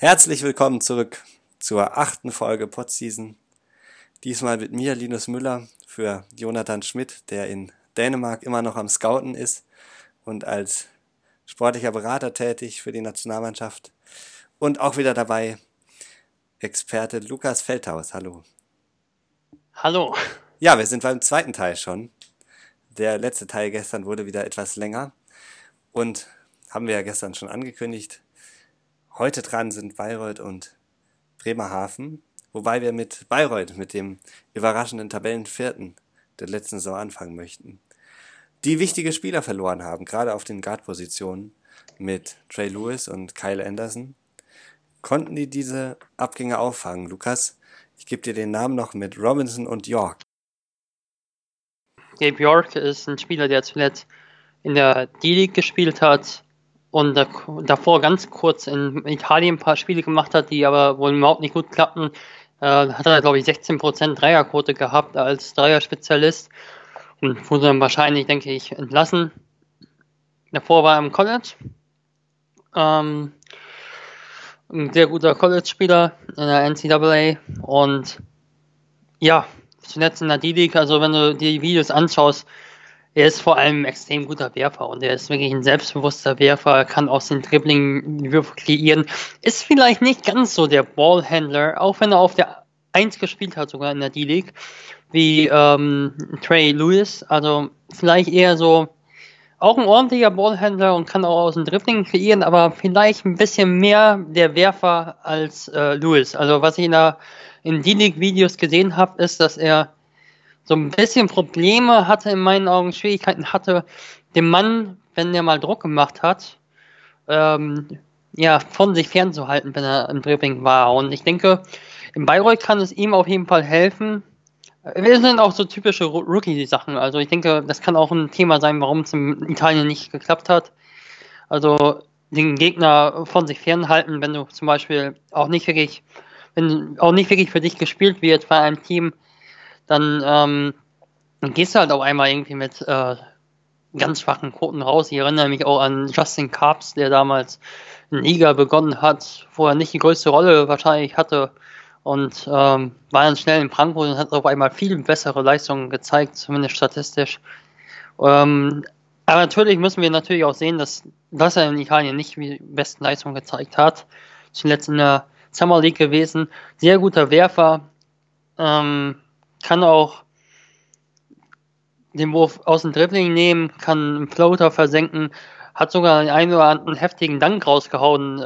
Herzlich willkommen zurück zur 8. Folge Podseason. Diesmal mit mir, Linus Müller, für Jonathan Schmidt, der in Dänemark immer noch am Scouten ist und als sportlicher Berater tätig für die Nationalmannschaft. Und auch wieder dabei Experte Lukas Feldhaus. Hallo. Hallo. Ja, wir sind beim zweiten Teil schon. Der letzte Teil gestern wurde wieder etwas länger und haben wir ja gestern schon angekündigt. Heute dran sind Bayreuth und Bremerhaven, wobei wir mit Bayreuth, mit dem überraschenden Tabellenvierten der letzten Saison anfangen möchten. Die wichtige Spieler verloren haben, gerade auf den Guard-Positionen mit Trey Lewis und Kyle Anderson. Konnten die diese Abgänge auffangen? Lukas, ich gebe dir den Namen noch mit Robinson und York. Gabe York ist ein Spieler, der zuletzt in der D-League gespielt hat und davor ganz kurz in Italien ein paar Spiele gemacht hat, die aber wohl überhaupt nicht gut klappten. Hat er, glaube ich, 16% Dreierquote gehabt als Dreierspezialist und wurde dann wahrscheinlich, denke ich, entlassen. Davor war er im College. Ein sehr guter College-Spieler in der NCAA und ja, zuletzt in der D-League, also wenn du dir die Videos anschaust, er ist vor allem ein extrem guter Werfer und er ist wirklich ein selbstbewusster Werfer, kann aus den Dribbling Würfe kreieren. Ist vielleicht nicht ganz so der Ballhandler, auch wenn er auf der 1 gespielt hat, sogar in der D-League, wie Trey Lewis. Also vielleicht eher so auch ein ordentlicher Ballhandler und kann auch aus dem Dribbling kreieren, aber vielleicht ein bisschen mehr der Werfer als Lewis. Also was ich in D-League-Videos gesehen habe, ist, dass er so ein bisschen Probleme hatte, in meinen Augen Schwierigkeiten hatte, den Mann, wenn er mal Druck gemacht hat, ähm, ja, von sich fernzuhalten, wenn er im Dribbling war. Und ich denke, in Bayreuth kann es ihm auf jeden Fall helfen. Wir sind auch so typische Rookie-Sachen. Also ich denke, das kann auch ein Thema sein, warum es in Italien nicht geklappt hat. Also den Gegner von sich fernhalten, wenn du zum Beispiel wenn auch nicht wirklich für dich gespielt wird bei einem Team, dann gehst du halt auf einmal irgendwie mit ganz schwachen Quoten raus. Ich erinnere mich auch an Justin Carps, der damals in Liga begonnen hat, wo er nicht die größte Rolle wahrscheinlich hatte und war dann schnell in Frankfurt und hat auf einmal viel bessere Leistungen gezeigt, zumindest statistisch. Aber natürlich müssen wir natürlich auch sehen, dass er in Italien nicht die besten Leistungen gezeigt hat. Zuletzt in der Summer League gewesen. Sehr guter Werfer. Kann auch den Wurf aus dem Dribbling nehmen, kann einen Floater versenken, hat sogar einen oder anderen heftigen Dank rausgehauen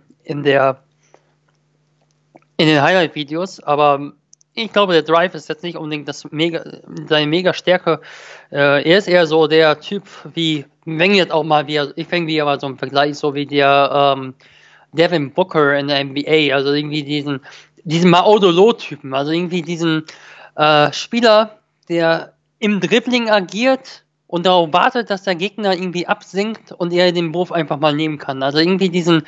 in den Highlight-Videos, aber ich glaube, der Drive ist jetzt nicht unbedingt seine Mega-Stärke. Er ist eher so der Typ wie, wenn jetzt auch mal ich denke wie aber so ein Vergleich, so wie der Devin Booker in der NBA, also irgendwie diesen Maodolo-Typen, also irgendwie diesen Spieler, der im Dribbling agiert und darauf wartet, dass der Gegner irgendwie absinkt und er den Wurf einfach mal nehmen kann. Also irgendwie diesen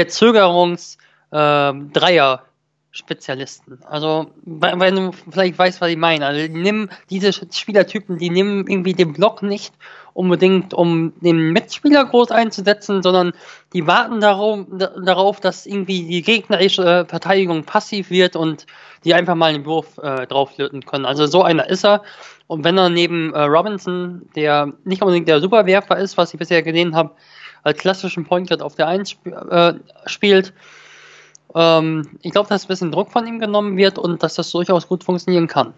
Dreier Spezialisten. Also, wenn du vielleicht weißt, was ich meine. Also, nimm diese Spielertypen, die nehmen irgendwie den Block nicht unbedingt, um den Mitspieler groß einzusetzen, sondern die warten darauf, dass irgendwie die gegnerische Verteidigung passiv wird und die einfach mal den Wurf drauflöten können. Also, so einer ist er. Und wenn er neben Robinson, der nicht unbedingt der Superwerfer ist, was ich bisher gesehen habe, als klassischen Point Guard auf der 1 spielt, ich glaube, dass ein bisschen Druck von ihm genommen wird und dass das durchaus gut funktionieren kann.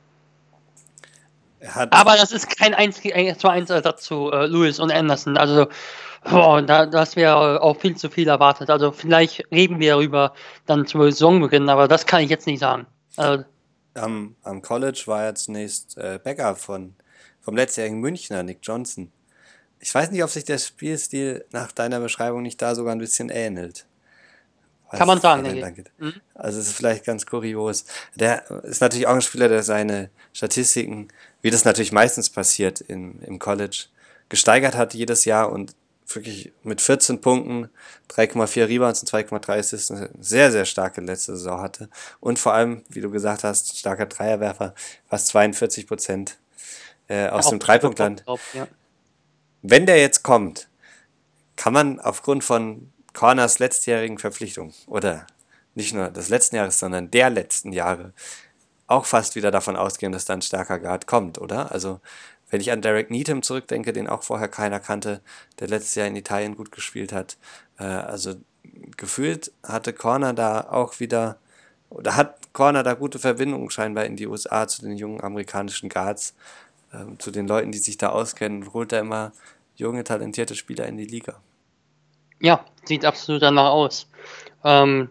Er hat Aber das ist kein 1:1 Ersatz zu Lewis und Anderson. Also, das wäre auch viel zu viel erwartet. Also, vielleicht reden wir darüber dann zu Saisonbeginn, aber das kann ich jetzt nicht sagen. Also, am College war er zunächst Backup vom letztjährigen Münchner, Nick Johnson. Ich weiß nicht, ob sich der Spielstil nach deiner Beschreibung nicht da sogar ein bisschen ähnelt, kann was man sagen, Talent denke ich. angeht. Also es ist vielleicht ganz kurios. Der ist natürlich auch ein Spieler, der seine Statistiken, wie das natürlich meistens passiert im College, gesteigert hat jedes Jahr und wirklich mit 14 Punkten, 3,4 Rebounds und 2,3 Assists eine sehr, sehr starke letzte Saison hatte. Und vor allem, wie du gesagt hast, starker Dreierwerfer, fast 42% Ja, aus auch dem Dreipunktland. drauf, ja. Wenn der jetzt kommt, kann man aufgrund von Corners letztjährigen Verpflichtung oder nicht nur des letzten Jahres, sondern der letzten Jahre auch fast wieder davon ausgehen, dass da ein starker Guard kommt, oder? Also, wenn ich an Derek Needham zurückdenke, den auch vorher keiner kannte, der letztes Jahr in Italien gut gespielt hat, also gefühlt hatte Corner da auch wieder, oder hat Corner da gute Verbindungen scheinbar in die USA zu den jungen amerikanischen Guards, zu den Leuten, die sich da auskennen, und holt da immer junge, talentierte Spieler in die Liga. Ja, sieht absolut danach aus. Ähm,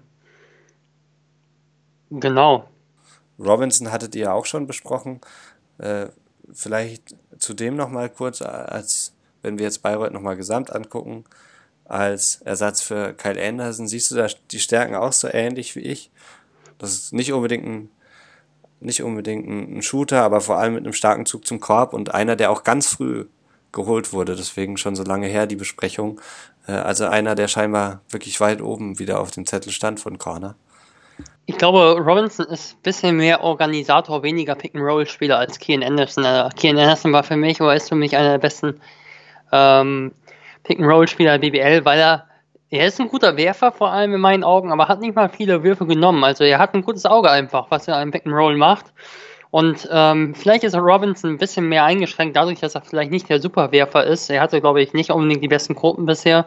genau. Robinson hattet ihr ja auch schon besprochen. Äh, Vielleicht zudem nochmal kurz, als wenn wir jetzt Bayreuth nochmal gesamt angucken, als Ersatz für Kyle Anderson, siehst du da die Stärken auch so ähnlich wie ich? Das ist nicht unbedingt ein Shooter, aber vor allem mit einem starken Zug zum Korb und einer, der auch ganz früh geholt wurde, deswegen schon so lange her die Besprechung. Also einer, der scheinbar wirklich weit oben wieder auf dem Zettel stand von Corner. Ich glaube, Robinson ist ein bisschen mehr Organisator, weniger Pick-and-Roll-Spieler als Kian Anderson. Kian Anderson war für mich, oder ist für mich einer der besten Pick-and-Roll-Spieler der BBL, weil er ist ein guter Werfer, vor allem in meinen Augen, aber hat nicht mal viele Würfe genommen. Also er hat ein gutes Auge einfach, was er im Pick-and-Roll macht. Und vielleicht ist Robinson ein bisschen mehr eingeschränkt, dadurch, dass er vielleicht nicht der Superwerfer ist. Er hatte, glaube ich, nicht unbedingt die besten Quoten bisher.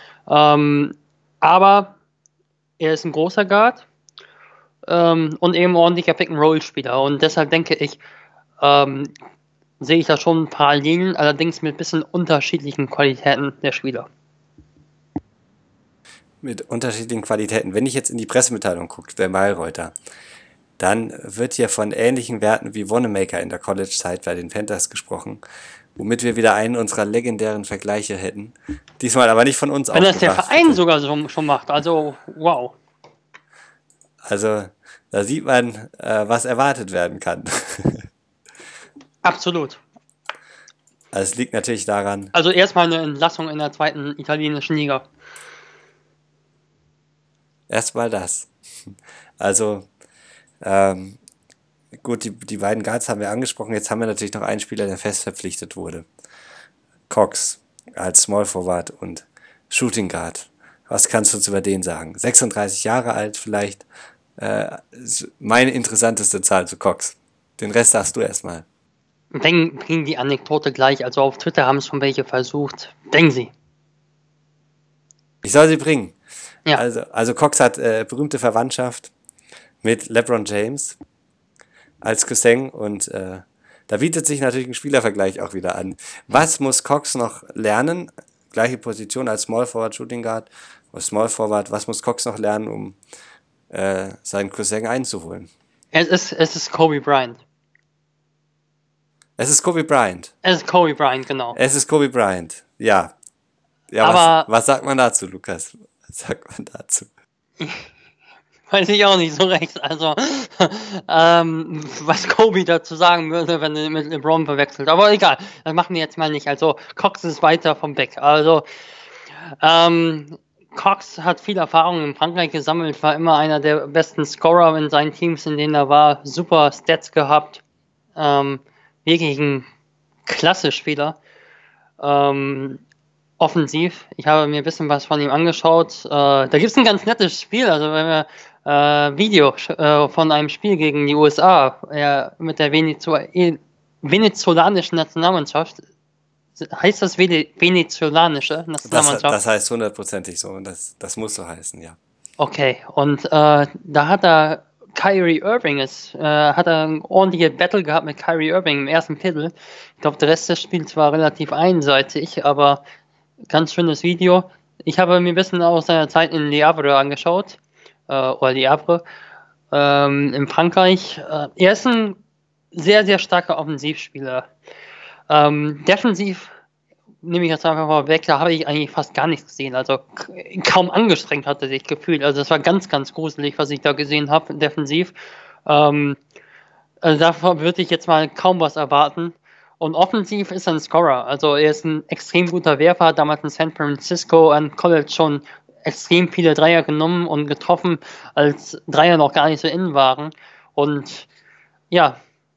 Aber er ist ein großer Guard und eben ordentlicher Pick-and-Roll-Spieler. Und deshalb denke ich, sehe ich da schon Parallelen, allerdings mit ein bisschen unterschiedlichen Qualitäten der Spieler. Mit unterschiedlichen Qualitäten. Wenn ich jetzt in die Pressemitteilung gucke, der Bayreuther, dann wird hier von ähnlichen Werten wie Wanamaker in der College-Zeit bei den Panthers gesprochen, womit wir wieder einen unserer legendären Vergleiche hätten. Diesmal aber nicht von uns Wenn das der aufgebracht. Verein sogar so, schon macht, also wow. Also da sieht man, was erwartet werden kann. Absolut. Also es liegt natürlich daran, Also erstmal eine Entlassung in der zweiten italienischen Liga. erstmal das. Also gut, die beiden Guards haben wir angesprochen. Jetzt haben wir natürlich noch einen Spieler, der fest verpflichtet wurde. Cox als Small Forward und Shooting Guard. Was kannst du uns über den sagen? 36 Jahre alt vielleicht. Meine interessanteste Zahl zu Cox. Den Rest sagst du erstmal. Bringen die Anekdote gleich. Also auf Twitter haben es schon welche versucht. Denken Sie. Ich soll sie bringen. Ja. Also Cox hat berühmte Verwandtschaft mit LeBron James als Cousin und da bietet sich natürlich ein Spielervergleich auch wieder an. Was muss Cox noch lernen? Gleiche Position als Small Forward, Shooting Guard oder Small Forward. Was muss Cox noch lernen, um seinen Cousin einzuholen? Es ist Kobe Bryant. Es ist Kobe Bryant. Es ist Kobe Bryant, genau. Es ist Kobe Bryant. Ja. Ja, Aber was sagt man dazu, Lukas? Was sagt man dazu? weiß ich auch nicht so recht. Also, was Kobe dazu sagen würde, wenn er mit LeBron verwechselt. Aber egal, das machen wir jetzt mal nicht. Also, Cox ist weiter vom Weg. Also, Cox hat viel Erfahrung in Frankreich gesammelt, war immer einer der besten Scorer in seinen Teams, in denen er war. Super Stats gehabt. Wirklich ein klasse Spieler. Offensiv. Ich habe mir ein bisschen was von ihm angeschaut. Da gibt es ein ganz nettes Spiel. Also wenn wir Video von einem Spiel gegen die USA mit der venezolanischen Nationalmannschaft. Heißt das venezolanische Nationalmannschaft? Das heißt hundertprozentig so und das muss so heißen, ja. Okay, und da hat er Kyrie Irving hat er ein ordentliches Battle gehabt mit Kyrie Irving im ersten Viertel. Ich glaube, der Rest des Spiels war relativ einseitig, aber ganz schönes Video. Ich habe mir ein bisschen aus seiner Zeit in Le Havre angeschaut, oder Le Havre, in Frankreich. Er ist ein sehr, sehr starker Offensivspieler. Defensiv nehme ich jetzt einfach mal weg, da habe ich eigentlich fast gar nichts gesehen. Also kaum angestrengt hat er sich gefühlt. Also das war ganz, ganz gruselig, was ich da gesehen habe, defensiv. Also davon würde ich jetzt mal kaum was erwarten. Und offensiv ist er ein Scorer. Also er ist ein extrem guter Werfer, hat damals in San Francisco an College schon extrem viele Dreier genommen und getroffen, als Dreier noch gar nicht so in waren. Und ja,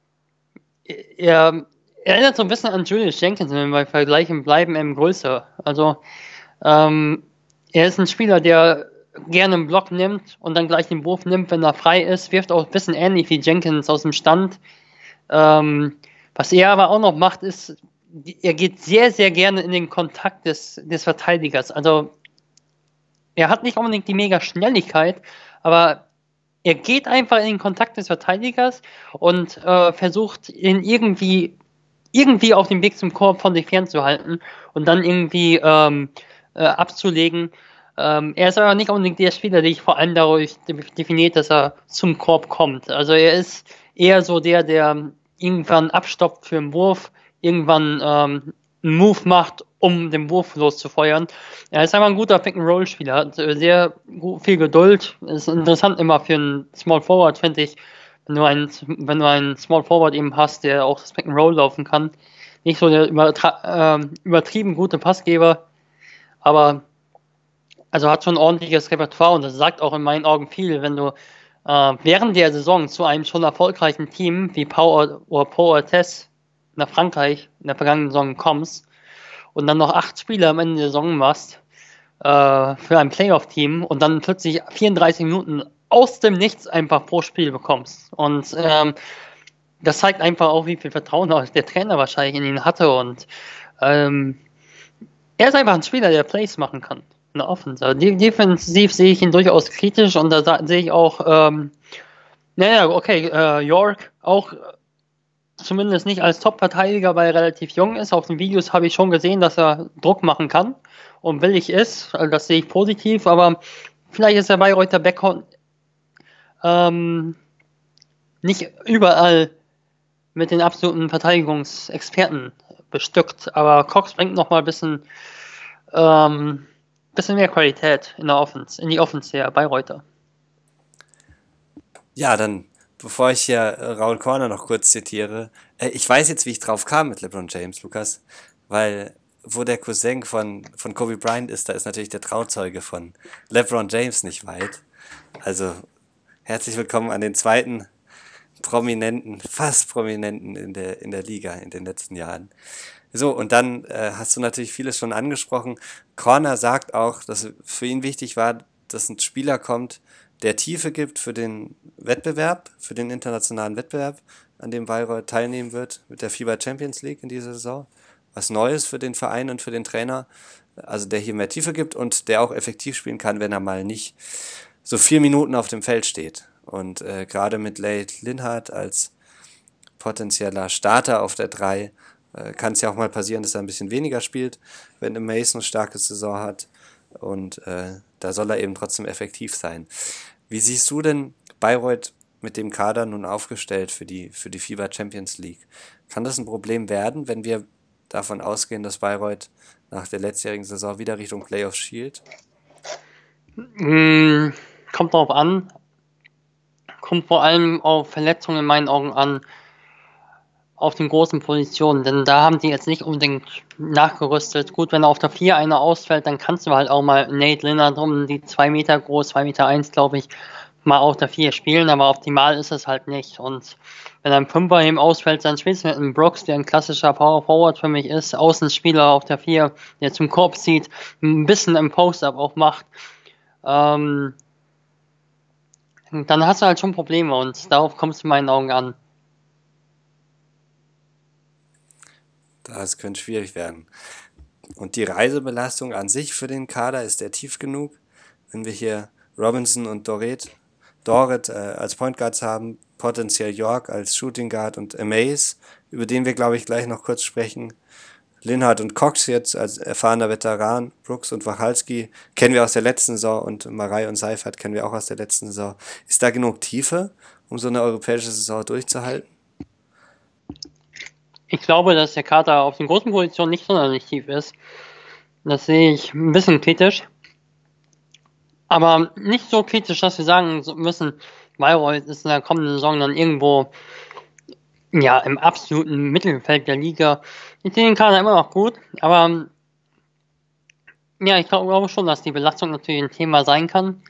er erinnert so ein bisschen an Julius Jenkins, wenn wir bei Vergleichen bleiben, größer. Also er ist ein Spieler, der gerne einen Block nimmt und dann gleich den Wurf nimmt, wenn er frei ist, wirft auch ein bisschen ähnlich wie Jenkins aus dem Stand. Was er aber auch noch macht, ist, er geht sehr, sehr gerne in den Kontakt des Verteidigers. Also er hat nicht unbedingt die mega Schnelligkeit, aber er geht einfach in den Kontakt des Verteidigers und versucht ihn irgendwie auf dem Weg zum Korb von sich fernzuhalten und dann irgendwie abzulegen. Er ist aber nicht unbedingt der Spieler, der sich vor allem dadurch definiert, dass er zum Korb kommt. Also er ist eher so der irgendwann abstoppt für einen Wurf, irgendwann einen Move macht, um den Wurf loszufeuern. Er ist einfach ein guter Pick-and-Roll-Spieler, hat sehr viel Geduld. Ist interessant immer für einen Small Forward, finde ich, wenn du einen Small Forward eben hast, der auch das Pick-and-Roll laufen kann. Nicht so der übertrieben gute Passgeber, aber also hat schon ein ordentliches Repertoire und das sagt auch in meinen Augen viel, wenn du während der Saison zu einem schon erfolgreichen Team wie Pau oder Pau Orthez nach Frankreich in der vergangenen Saison kommst und dann noch 8 Spiele am Ende der Saison machst für ein Playoff-Team und dann plötzlich 34 Minuten aus dem Nichts einfach pro Spiel bekommst. Und das zeigt einfach auch, wie viel Vertrauen der Trainer wahrscheinlich in ihn hatte. Und er ist einfach ein Spieler, der Plays machen kann in der Offense. Also defensiv sehe ich ihn durchaus kritisch und da sehe ich auch, York auch zumindest nicht als Top-Verteidiger, weil er relativ jung ist. Auf den Videos habe ich schon gesehen, dass er Druck machen kann und willig ist. Also das sehe ich positiv, aber vielleicht ist der Bayreuther Backcourt nicht überall mit den absoluten Verteidigungsexperten bestückt. Aber Cox bringt nochmal ein bisschen mehr Qualität in die Offense her, Bayreuther. Ja, dann, bevor ich hier Raul Corner noch kurz zitiere, ich weiß jetzt, wie ich drauf kam mit LeBron James, Lukas, weil wo der Cousin von Kobe Bryant ist, da ist natürlich der Trauzeuge von LeBron James nicht weit. Also herzlich willkommen an den zweiten fast Prominenten in der Liga in den letzten Jahren. So, und dann hast du natürlich vieles schon angesprochen. Corner sagt auch, dass für ihn wichtig war, dass ein Spieler kommt, der Tiefe gibt für den Wettbewerb, für den internationalen Wettbewerb, an dem Bayreuth teilnehmen wird mit der FIBA Champions League in dieser Saison. Was Neues für den Verein und für den Trainer, also der hier mehr Tiefe gibt und der auch effektiv spielen kann, wenn er mal nicht so 4 Minuten auf dem Feld steht. Und gerade mit Late Linhardt als potenzieller Starter auf der 3 kann es ja auch mal passieren, dass er ein bisschen weniger spielt, wenn Mason eine starke Saison hat. Und da soll er eben trotzdem effektiv sein. Wie siehst du denn Bayreuth mit dem Kader nun aufgestellt für die FIBA Champions League? Kann das ein Problem werden, wenn wir davon ausgehen, dass Bayreuth nach der letztjährigen Saison wieder Richtung Playoffs schielt? Kommt drauf an. Kommt vor allem auf Verletzungen in meinen Augen an, auf den großen Positionen, denn da haben die jetzt nicht unbedingt nachgerüstet. Gut, wenn auf der 4 einer ausfällt, dann kannst du halt auch mal Nate Linhardt die 2 Meter groß, 2 Meter 1, glaube ich, mal auf der 4 spielen, aber optimal ist es halt nicht. Und wenn ein Fünfer eben ausfällt, dann spielst du mit einem Brooks, der ein klassischer Power Forward für mich ist, Außenspieler auf der 4, der zum Korb zieht, ein bisschen im Post-Up auch macht. Dann hast du halt schon Probleme und darauf kommst du in meinen Augen an. Das könnte schwierig werden. Und die Reisebelastung an sich für den Kader, ist der tief genug? Wenn wir hier Robinson und Dorit als Point Guards haben, potenziell York als Shooting Guard und Amaze, über den wir, glaube ich, gleich noch kurz sprechen. Linhardt und Cox jetzt als erfahrener Veteran, Brooks und Wachalski kennen wir aus der letzten Saison und Marei und Seifert kennen wir auch aus der letzten Saison. Ist da genug Tiefe, um so eine europäische Saison durchzuhalten? Ich glaube, dass der Kader auf den großen Positionen nicht sonderlich tief ist. Das sehe ich ein bisschen kritisch. Aber nicht so kritisch, dass wir sagen müssen, Bayreuth ist in der kommenden Saison dann irgendwo ja im absoluten Mittelfeld der Liga. Ich sehe den Kader immer noch gut, aber ja, ich glaube schon, dass die Belastung natürlich ein Thema sein kann.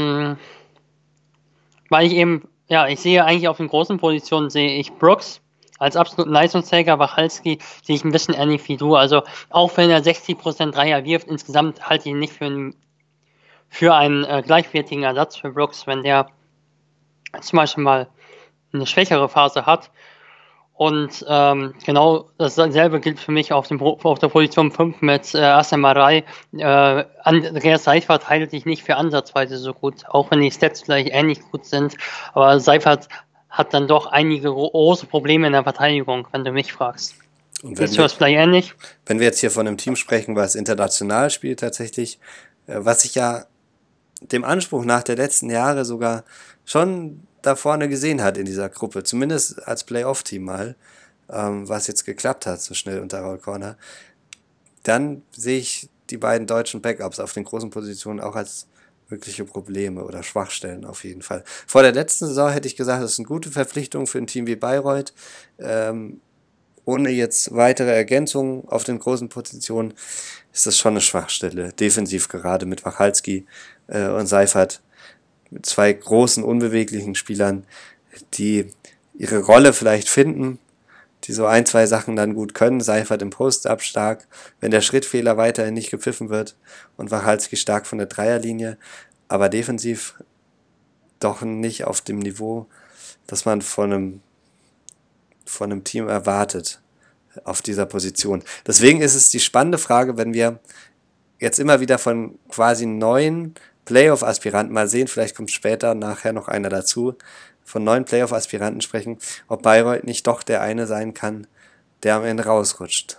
Weil ich sehe eigentlich auf den großen Positionen sehe ich Brooks, als absoluten Leistungsträger Wachalski sehe ich ein bisschen ähnlich wie du. Also auch wenn er 60% Dreier wirft, insgesamt halte ich ihn nicht für einen gleichwertigen Ersatz für Brooks, wenn der zum Beispiel mal eine schwächere Phase hat. Und genau dasselbe gilt für mich auf der Position 5 mit Asamarei. Andreas Seifert halte ich nicht für ansatzweise so gut, auch wenn die Stats vielleicht ähnlich gut sind. Aber Seifert hat dann doch einige große Probleme in der Verteidigung, wenn du mich fragst. Und Siehst du das vielleicht ähnlich? wenn wir jetzt hier von einem Team sprechen, was international spielt tatsächlich, was ich ja dem Anspruch nach der letzten Jahre sogar schon da vorne gesehen hat in dieser Gruppe, zumindest als Playoff-Team mal, was jetzt geklappt hat, so schnell unter Raul Corner, dann sehe ich die beiden deutschen Backups auf den großen Positionen auch als wirkliche Probleme oder Schwachstellen auf jeden Fall. Vor der letzten Saison hätte ich gesagt, das ist eine gute Verpflichtung für ein Team wie Bayreuth. Ohne jetzt weitere Ergänzungen auf den großen Positionen ist das schon eine Schwachstelle. Defensiv gerade mit Wachalski und Seifert, mit zwei großen, unbeweglichen Spielern, die ihre Rolle vielleicht finden, die so ein, zwei Sachen dann gut können. Seifert im Post-Up stark, wenn der Schrittfehler weiterhin nicht gepfiffen wird, und Wachalski stark von der Dreierlinie, aber defensiv doch nicht auf dem Niveau, das man von einem Team erwartet auf dieser Position. Deswegen ist es die spannende Frage, wenn wir jetzt immer wieder von quasi neuen Playoff-Aspiranten, mal sehen, vielleicht kommt später nachher noch einer dazu, von neuen Playoff-Aspiranten sprechen, ob Bayreuth nicht doch der eine sein kann, der am Ende rausrutscht.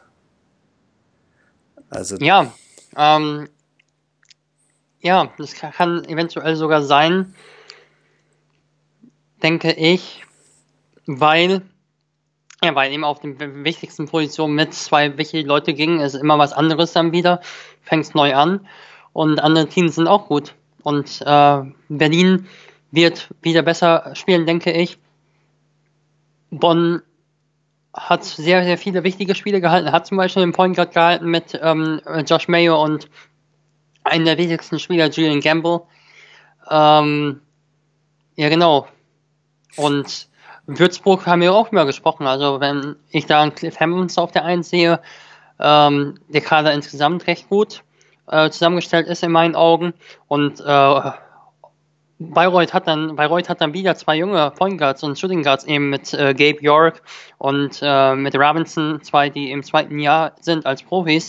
Also Ja, das kann eventuell sogar sein, denke ich, weil eben auf den wichtigsten Positionen mit zwei wichtigen Leute ging, ist immer was anderes dann wieder, fängst neu an und andere Teams sind auch gut. Und Berlin wird wieder besser spielen, denke ich. Bonn hat sehr, sehr viele wichtige Spiele gehalten, hat zum Beispiel den Point Guard gehalten mit Josh Mayo und einen der wichtigsten Spieler, Julian Gamble. Ja, genau. Und Würzburg haben wir auch immer gesprochen. Also wenn ich da einen Cliff Hammonds auf der 1 sehe, der Kader insgesamt recht gut zusammengestellt ist in meinen Augen. Und Bayreuth hat dann wieder zwei junge Point Guards und Shooting Guards eben mit Gabe York und mit Robinson, zwei, die im zweiten Jahr sind als Profis.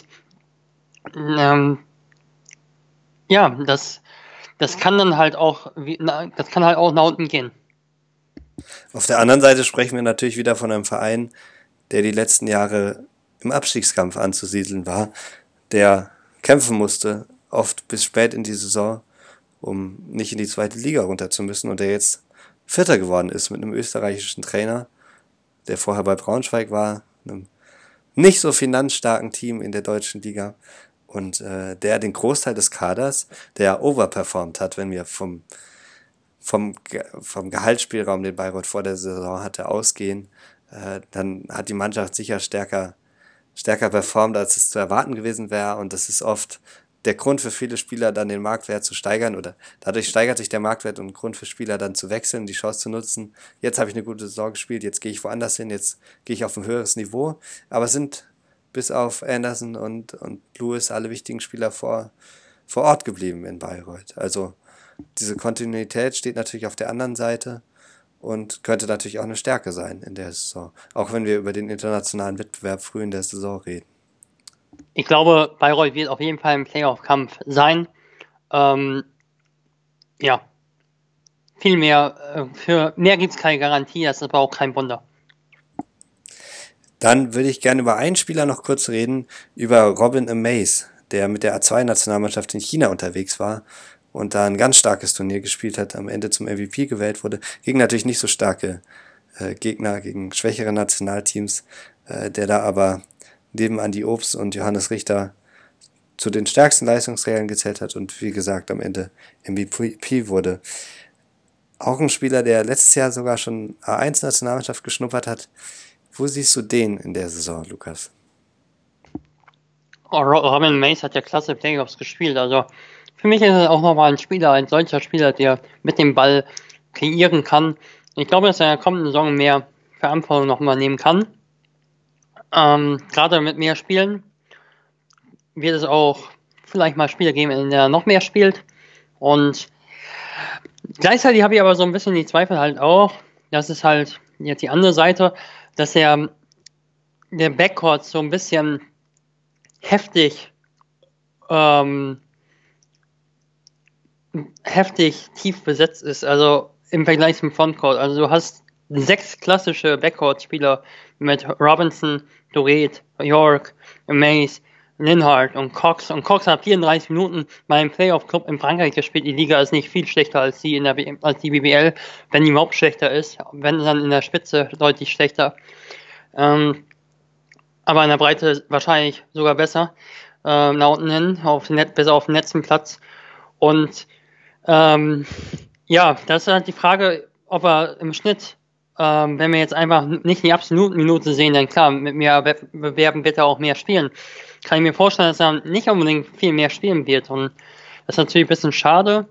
Ja, das kann dann halt auch, das kann halt auch nach unten gehen. auf der anderen Seite sprechen wir natürlich wieder von einem Verein, der die letzten Jahre im Abstiegskampf anzusiedeln war, der kämpfen musste, oft bis spät in die Saison, um nicht in die zweite Liga runter zu müssen, und der jetzt Vierter geworden ist mit einem österreichischen Trainer, der vorher bei Braunschweig war, einem nicht so finanzstarken Team in der deutschen Liga, und der den Großteil des Kaders, der overperformt hat, wenn wir vom Gehaltsspielraum, den Bayreuth vor der Saison hatte, ausgehen, dann hat die Mannschaft sicher stärker performt, als es zu erwarten gewesen wäre. Und das ist oft der Grund für viele Spieler, dann den Marktwert zu steigern, oder dadurch steigert sich der Marktwert und ein Grund für Spieler dann zu wechseln, die Chance zu nutzen. Jetzt habe ich eine gute Saison gespielt, jetzt gehe ich woanders hin, jetzt gehe ich auf ein höheres Niveau. Aber es sind bis auf Anderson und Lewis alle wichtigen Spieler vor Ort geblieben in Bayreuth. Also diese Kontinuität steht natürlich auf der anderen Seite und könnte natürlich auch eine Stärke sein in der Saison, auch wenn wir über den internationalen Wettbewerb früh in der Saison reden. Ich glaube, Bayreuth wird auf jeden Fall im Playoff-Kampf sein. Ja, viel mehr, für mehr gibt es keine Garantie, das ist aber auch kein Wunder. Dann würde ich gerne über einen Spieler noch kurz reden, über Robin Amaze, der mit der A2-Nationalmannschaft in China unterwegs war und da ein ganz starkes Turnier gespielt hat, am Ende zum MVP gewählt wurde, gegen natürlich nicht so starke Gegner, gegen schwächere Nationalteams, der da aber neben Andi Obst und Johannes Richter zu den stärksten Leistungsträgern gezählt hat und wie gesagt am Ende MVP wurde. Auch ein Spieler, der letztes Jahr sogar schon A1-Nationalmannschaft geschnuppert hat. Wo siehst du den in der Saison, Lukas? Robin Mace hat ja klasse Playoffs gespielt, also für mich ist er auch nochmal ein solcher Spieler, der mit dem Ball kreieren kann. Ich glaube, dass er in der kommenden Saison mehr Verantwortung nochmal nehmen kann. Gerade mit mehr Spielen wird es auch vielleicht mal Spiele geben, in denen er noch mehr spielt. Und gleichzeitig habe ich aber so ein bisschen die Zweifel halt auch, das ist halt jetzt die andere Seite, dass der Backcourt so ein bisschen heftig tief besetzt ist, also im Vergleich zum Frontcourt. Also du hast 6 klassische Backcourt-Spieler mit Robinson, Durant, York, Mays, Linhart und Cox. Und Cox hat 34 Minuten bei einem Playoff-Club in Frankreich gespielt. Die Liga ist nicht viel schlechter als die als die BBL, wenn die überhaupt schlechter ist, wenn dann in der Spitze deutlich schlechter. Aber in der Breite wahrscheinlich sogar besser. Nach unten hin, besser auf dem letzten Platz. Und ja, das ist halt die Frage, ob er im Schnitt, wenn wir jetzt einfach nicht die absoluten Minuten sehen, dann klar, mit mehr Bewerben wird er auch mehr spielen. Kann ich mir vorstellen, dass er nicht unbedingt viel mehr spielen wird. Und das ist natürlich ein bisschen schade.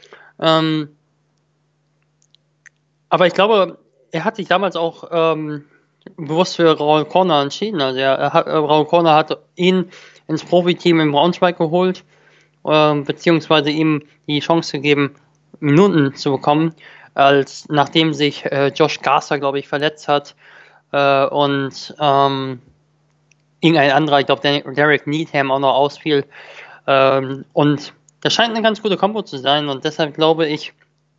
Aber ich glaube, er hat sich damals auch bewusst für Raul Corner entschieden. Also Raul Corner hat ihn ins Profiteam in Braunschweig geholt, beziehungsweise ihm die Chance gegeben, Minuten zu bekommen, nachdem sich Josh Garza, glaube ich, verletzt hat und irgendein anderer, ich glaube Derek Needham auch noch ausfiel. Und das scheint eine ganz gute Kombo zu sein und deshalb glaube ich,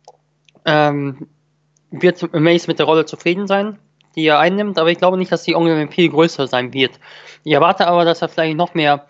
wird Mace mit der Rolle zufrieden sein, die er einnimmt, aber ich glaube nicht, dass die irgendwie viel größer sein wird. Ich erwarte aber, dass er vielleicht noch mehr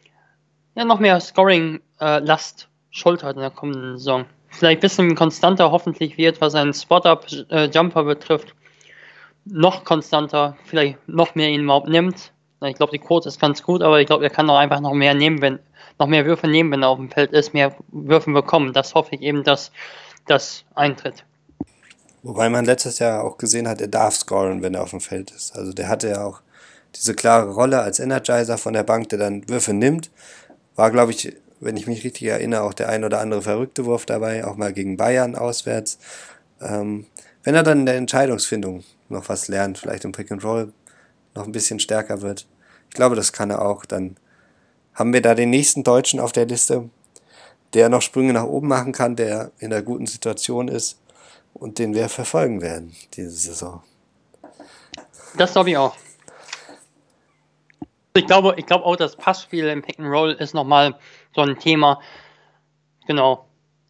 Scoring-Last schultert in der kommenden Saison. Vielleicht ein bisschen konstanter hoffentlich wird, was einen Spot-Up-Jumper betrifft. Noch konstanter, vielleicht noch mehr ihn überhaupt nimmt. Ich glaube, die Quote ist ganz gut, aber ich glaube, er kann auch einfach noch mehr Würfe nehmen, wenn er auf dem Feld ist, mehr Würfe bekommen. Das hoffe ich eben, dass das eintritt. Wobei man letztes Jahr auch gesehen hat, er darf scoren, wenn er auf dem Feld ist. Also der hatte ja auch diese klare Rolle als Energizer von der Bank, der dann Würfe nimmt. War, glaube ich, wenn ich mich richtig erinnere, auch der ein oder andere verrückte Wurf dabei, auch mal gegen Bayern auswärts. Wenn er dann in der Entscheidungsfindung noch was lernt, vielleicht im Pick and Roll noch ein bisschen stärker wird. Ich glaube, das kann er auch. Dann haben wir da den nächsten Deutschen auf der Liste, der noch Sprünge nach oben machen kann, der in einer guten Situation ist und den wir verfolgen werden diese Saison. Das glaube ich auch. Ich glaube auch, das Passspiel im Pick and Roll ist nochmal so ein Thema. Genau.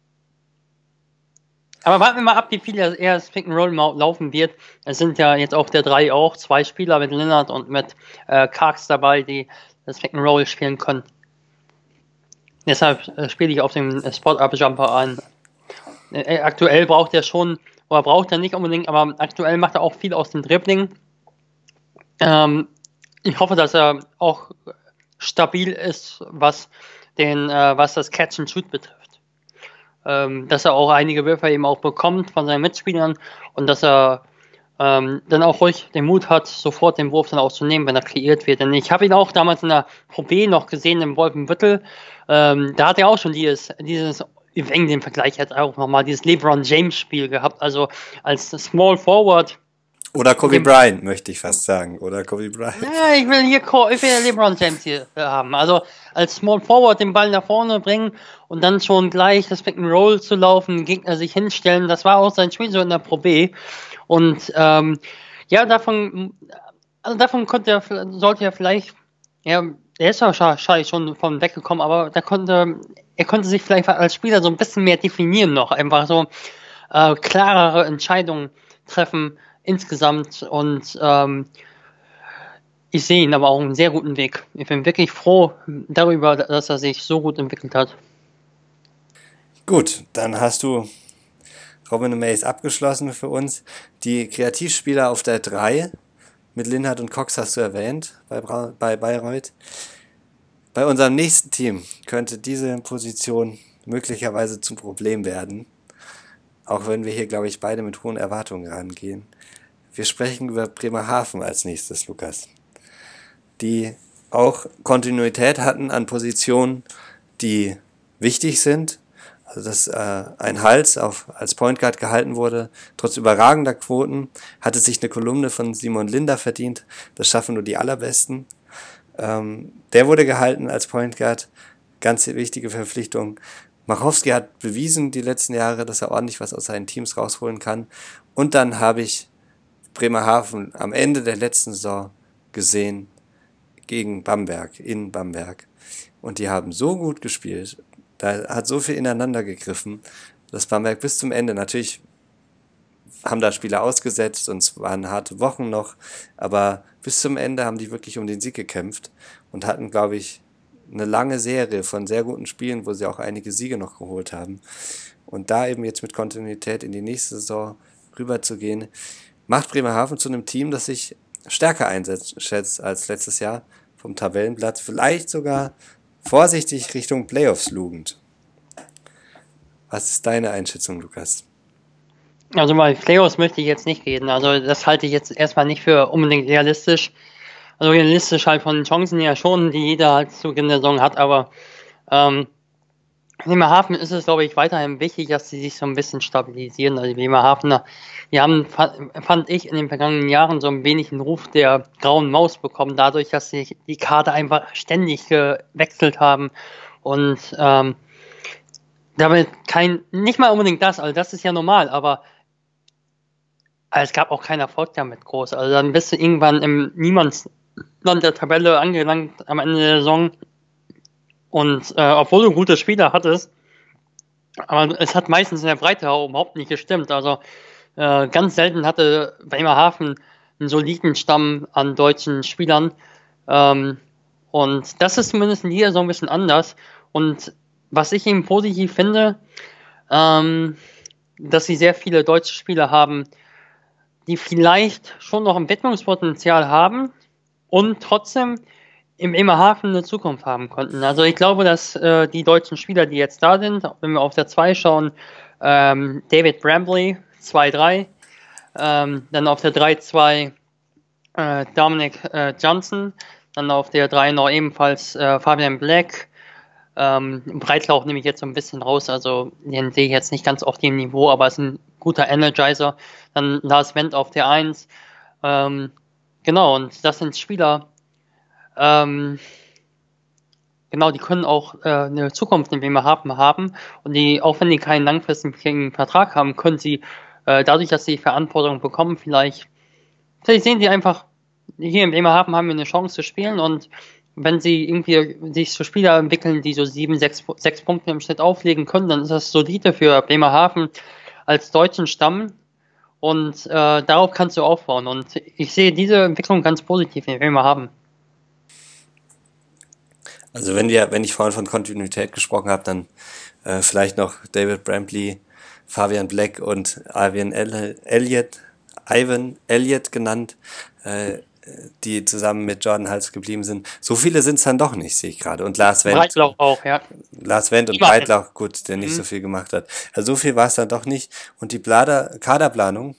Aber warten wir mal ab, wie viel er das Pick and Roll laufen wird. Es sind ja jetzt auf der 3 auch 2 Spieler mit Lillard und mit Karks dabei, die das Pick and Roll spielen können. Deshalb spiele ich auf den Spot-Up-Jumper an. Aktuell braucht er schon, oder braucht er nicht unbedingt, aber aktuell macht er auch viel aus dem Dribbling. Ich hoffe, dass er auch stabil ist, was das Catch and Shoot betrifft. Dass er auch einige Würfe eben auch bekommt von seinen Mitspielern und dass er dann auch ruhig den Mut hat, sofort den Wurf dann auch zu nehmen, wenn er kreiert wird. Denn ich habe ihn auch damals in der Pro B noch gesehen, im Wolfenbüttel. Da hat er auch schon dieses wegen dem Vergleich jetzt auch nochmal dieses LeBron James Spiel gehabt, also als Small Forward. Oder Kobe Bryant, möchte ich fast sagen. Oder Kobe Bryant. Ja, ich will LeBron James hier haben. Also als Small Forward den Ball nach vorne bringen und dann schon gleich das Pick and Roll zu laufen, den Gegner sich hinstellen. Das war auch sein Spiel so in der Pro B. Und ja, davon sollte er vielleicht, ja, er ist wahrscheinlich schon von weggekommen, aber er konnte sich vielleicht als Spieler so ein bisschen mehr definieren noch. Einfach so klarere Entscheidungen treffen insgesamt und ich sehe ihn aber auch einen sehr guten Weg. Ich bin wirklich froh darüber, dass er sich so gut entwickelt hat. Gut, dann hast du Robin Mays abgeschlossen für uns. Die Kreativspieler auf der 3 mit Linhart und Cox hast du erwähnt bei Bayreuth. Bei unserem nächsten Team könnte diese Position möglicherweise zum Problem werden. Auch wenn wir hier, glaube ich, beide mit hohen Erwartungen rangehen. Wir sprechen über Bremerhaven als nächstes, Lukas. Die auch Kontinuität hatten an Positionen, die wichtig sind, Also dass ein Hals als Point Guard gehalten wurde, trotz überragender Quoten, hatte sich eine Kolumne von Simon Linder verdient. Das schaffen nur die Allerbesten. Der wurde gehalten als Point Guard. Ganz wichtige Verpflichtung. Machowski hat bewiesen die letzten Jahre, dass er ordentlich was aus seinen Teams rausholen kann. Und dann habe ich Bremerhaven am Ende der letzten Saison gesehen gegen Bamberg, in Bamberg. Und die haben so gut gespielt. Da hat so viel ineinander gegriffen, dass Bamberg bis zum Ende, natürlich haben da Spieler ausgesetzt und es waren harte Wochen noch, aber bis zum Ende haben die wirklich um den Sieg gekämpft und hatten, glaube ich, eine lange Serie von sehr guten Spielen, wo sie auch einige Siege noch geholt haben. Und da eben jetzt mit Kontinuität in die nächste Saison rüberzugehen, macht Bremerhaven zu einem Team, das sich stärker einschätzt als letztes Jahr vom Tabellenplatz, vielleicht sogar vorsichtig Richtung Playoffs lugend. Was ist deine Einschätzung, Lukas? Also bei Playoffs möchte ich jetzt nicht reden. Also das halte ich jetzt erstmal nicht für unbedingt realistisch. Also realistisch halt von den Chancen ja schon, die jeder halt zu Beginn der Saison hat, aber Bremerhaven ist es, glaube ich, weiterhin wichtig, dass sie sich so ein bisschen stabilisieren. Also die Bremerhavener, die haben, fand ich, in den vergangenen Jahren so ein wenig einen Ruf der grauen Maus bekommen, dadurch, dass sich die Kader einfach ständig gewechselt haben und damit nicht mal unbedingt das, also das ist ja normal, aber es gab auch keinen Erfolg damit groß. Also dann bist du irgendwann im Niemandsland der Tabelle angelangt am Ende der Saison. Und obwohl du gute Spieler hattest, aber es hat meistens in der Breite auch überhaupt nicht gestimmt. Also ganz selten hatte Bremerhaven einen soliden Stamm an deutschen Spielern. Und das ist zumindest in dieser Saison ein bisschen anders. Und was ich eben positiv finde, dass sie sehr viele deutsche Spieler haben, die vielleicht schon noch Entwicklungspotenzial haben und trotzdem im Bremerhaven eine Zukunft haben konnten. Also ich glaube, dass die deutschen Spieler, die jetzt da sind, wenn wir auf der 2 schauen, David Brambley, 2-3, dann auf der 3-2 Dominic Johnson, dann auf der 3 noch ebenfalls Fabian Black. Breitlauch nehme ich jetzt so ein bisschen raus, also den sehe ich jetzt nicht ganz auf dem Niveau, aber ist ein guter Energizer. Dann Lars Wendt auf der 1. Genau, und das sind Spieler, genau, die können auch eine Zukunft in Bremerhaven haben und die, auch wenn die keinen langfristigen Vertrag haben, können sie dadurch, dass sie Verantwortung bekommen, vielleicht sehen die einfach, hier in Bremerhaven haben wir eine Chance zu spielen und wenn sie irgendwie sich zu Spieler entwickeln, die so 6 Punkte im Schnitt auflegen können, dann ist das solide für Bremerhaven als deutschen Stamm und darauf kannst du aufbauen und ich sehe diese Entwicklung ganz positiv in Bremerhaven. Also wenn ich vorhin von Kontinuität gesprochen habe, dann vielleicht noch David Brambley, Fabian Black und Ivan Elliott genannt, die zusammen mit Jordan Hals geblieben sind. So viele sind es dann doch nicht, sehe ich gerade. Und Lars Wendt. Breitlauch auch, ja. Lars Wendt und Breitlauch, gut, der nicht so viel gemacht hat. Also so viel war es dann doch nicht. Und die Kaderplanung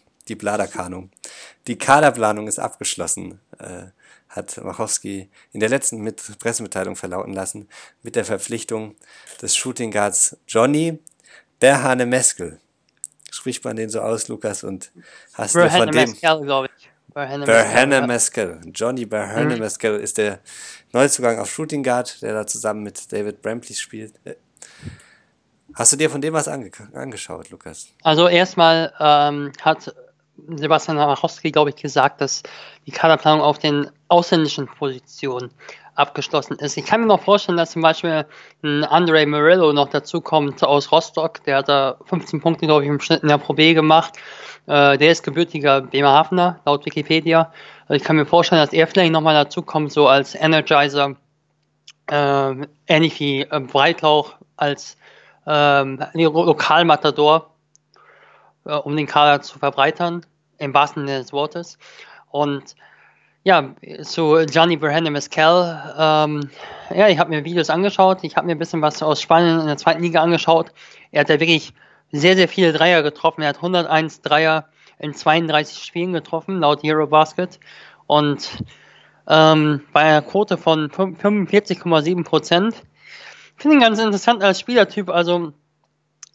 ist abgeschlossen, hat Machowski in der letzten Pressemitteilung verlauten lassen, mit der Verpflichtung des Shooting Guards Johnny Berhane Meskel. Spricht man den so aus, Lukas? Und hast du von dem... Berhane Meskel. Johnny Berhane Meskel ist der Neuzugang auf Shooting Guard, der da zusammen mit David Brambley spielt. Hast du dir von dem was angeschaut, Lukas? Also erstmal hat Sebastian Machowski, glaube ich, gesagt, dass die Kaderplanung auf den ausländischen Positionen abgeschlossen ist. Ich kann mir noch vorstellen, dass zum Beispiel ein Andre Murillo noch dazu kommt aus Rostock. Der hat da 15 Punkte, glaube ich, im Schnitt in der Pro B gemacht. Der ist gebürtiger Bremerhavener, laut Wikipedia. Also ich kann mir vorstellen, dass er vielleicht nochmal dazu kommt, so als Energizer, ähnlich wie Breitlauch, als Lokalmatador, um den Kader zu verbreitern, im wahrsten Sinne des Wortes. Und ja, zu Johnny Berhane Meskel, ja, ich habe mir Videos angeschaut, ich habe mir ein bisschen was aus Spanien in der zweiten Liga angeschaut. Er hat ja wirklich sehr, sehr viele Dreier getroffen. Er hat 101 Dreier in 32 Spielen getroffen, laut Eurobasket. Und bei einer Quote von 45,7%. Ich finde ihn ganz interessant als Spielertyp. Also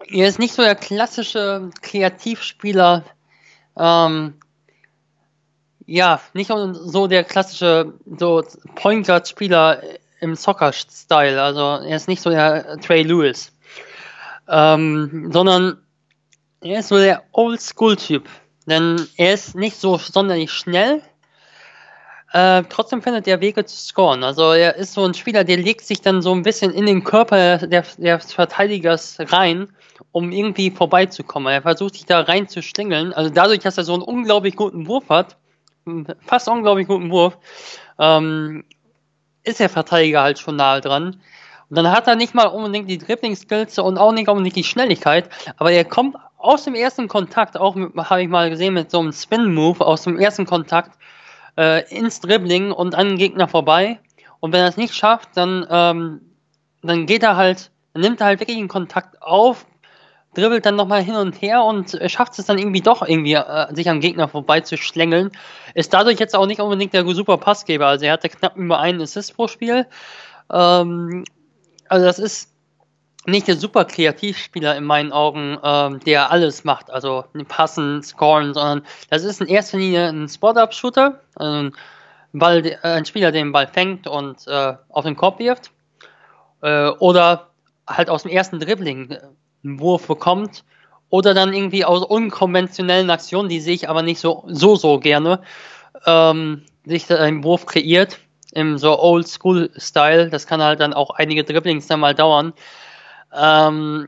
Er ist nicht so der klassische Kreativspieler, ähm, ja, nicht so der klassische so Point Guard Spieler im Soccer-Style. Also er ist nicht so der Trey Lewis, sondern er ist so der Old-School-Typ. Denn er ist nicht so sonderlich schnell, trotzdem findet er Wege zu scoren. Also er ist so ein Spieler, der legt sich dann so ein bisschen in den Körper des Verteidigers rein, um irgendwie vorbeizukommen. Er versucht sich da rein zu schlingeln. Also dadurch, dass er so einen unglaublich guten Wurf hat, fast unglaublich guten Wurf, ähm, ist der Verteidiger halt schon nahe dran. Und dann hat er nicht mal unbedingt die Dribbling-Skills und auch nicht unbedingt die Schnelligkeit, aber er kommt aus dem ersten Kontakt, auch habe ich mal gesehen, mit so einem Spin-Move aus dem ersten Kontakt ins Dribbling und an den Gegner vorbei. Und wenn er es nicht schafft, dann geht er halt, dann nimmt er halt wirklich einen Kontakt auf, dribbelt dann nochmal hin und her und schafft es dann irgendwie doch irgendwie, sich am Gegner vorbei zu schlängeln. Ist dadurch jetzt auch nicht unbedingt der super Passgeber. Also er hatte knapp über einen Assist pro Spiel. Ähm, also das ist nicht der super Kreativspieler in meinen Augen, der alles macht, also passen, scoren, sondern das ist in erster Linie ein Spot-Up-Shooter, also ein Spieler, der den Ball fängt und auf den Korb wirft, oder halt aus dem ersten Dribbling einen Wurf bekommt, oder dann irgendwie aus unkonventionellen Aktionen, die sehe ich aber nicht so gerne, sich da einen Wurf kreiert, im so Old-School-Style, das kann halt dann auch einige Dribblings dann mal dauern. Ähm,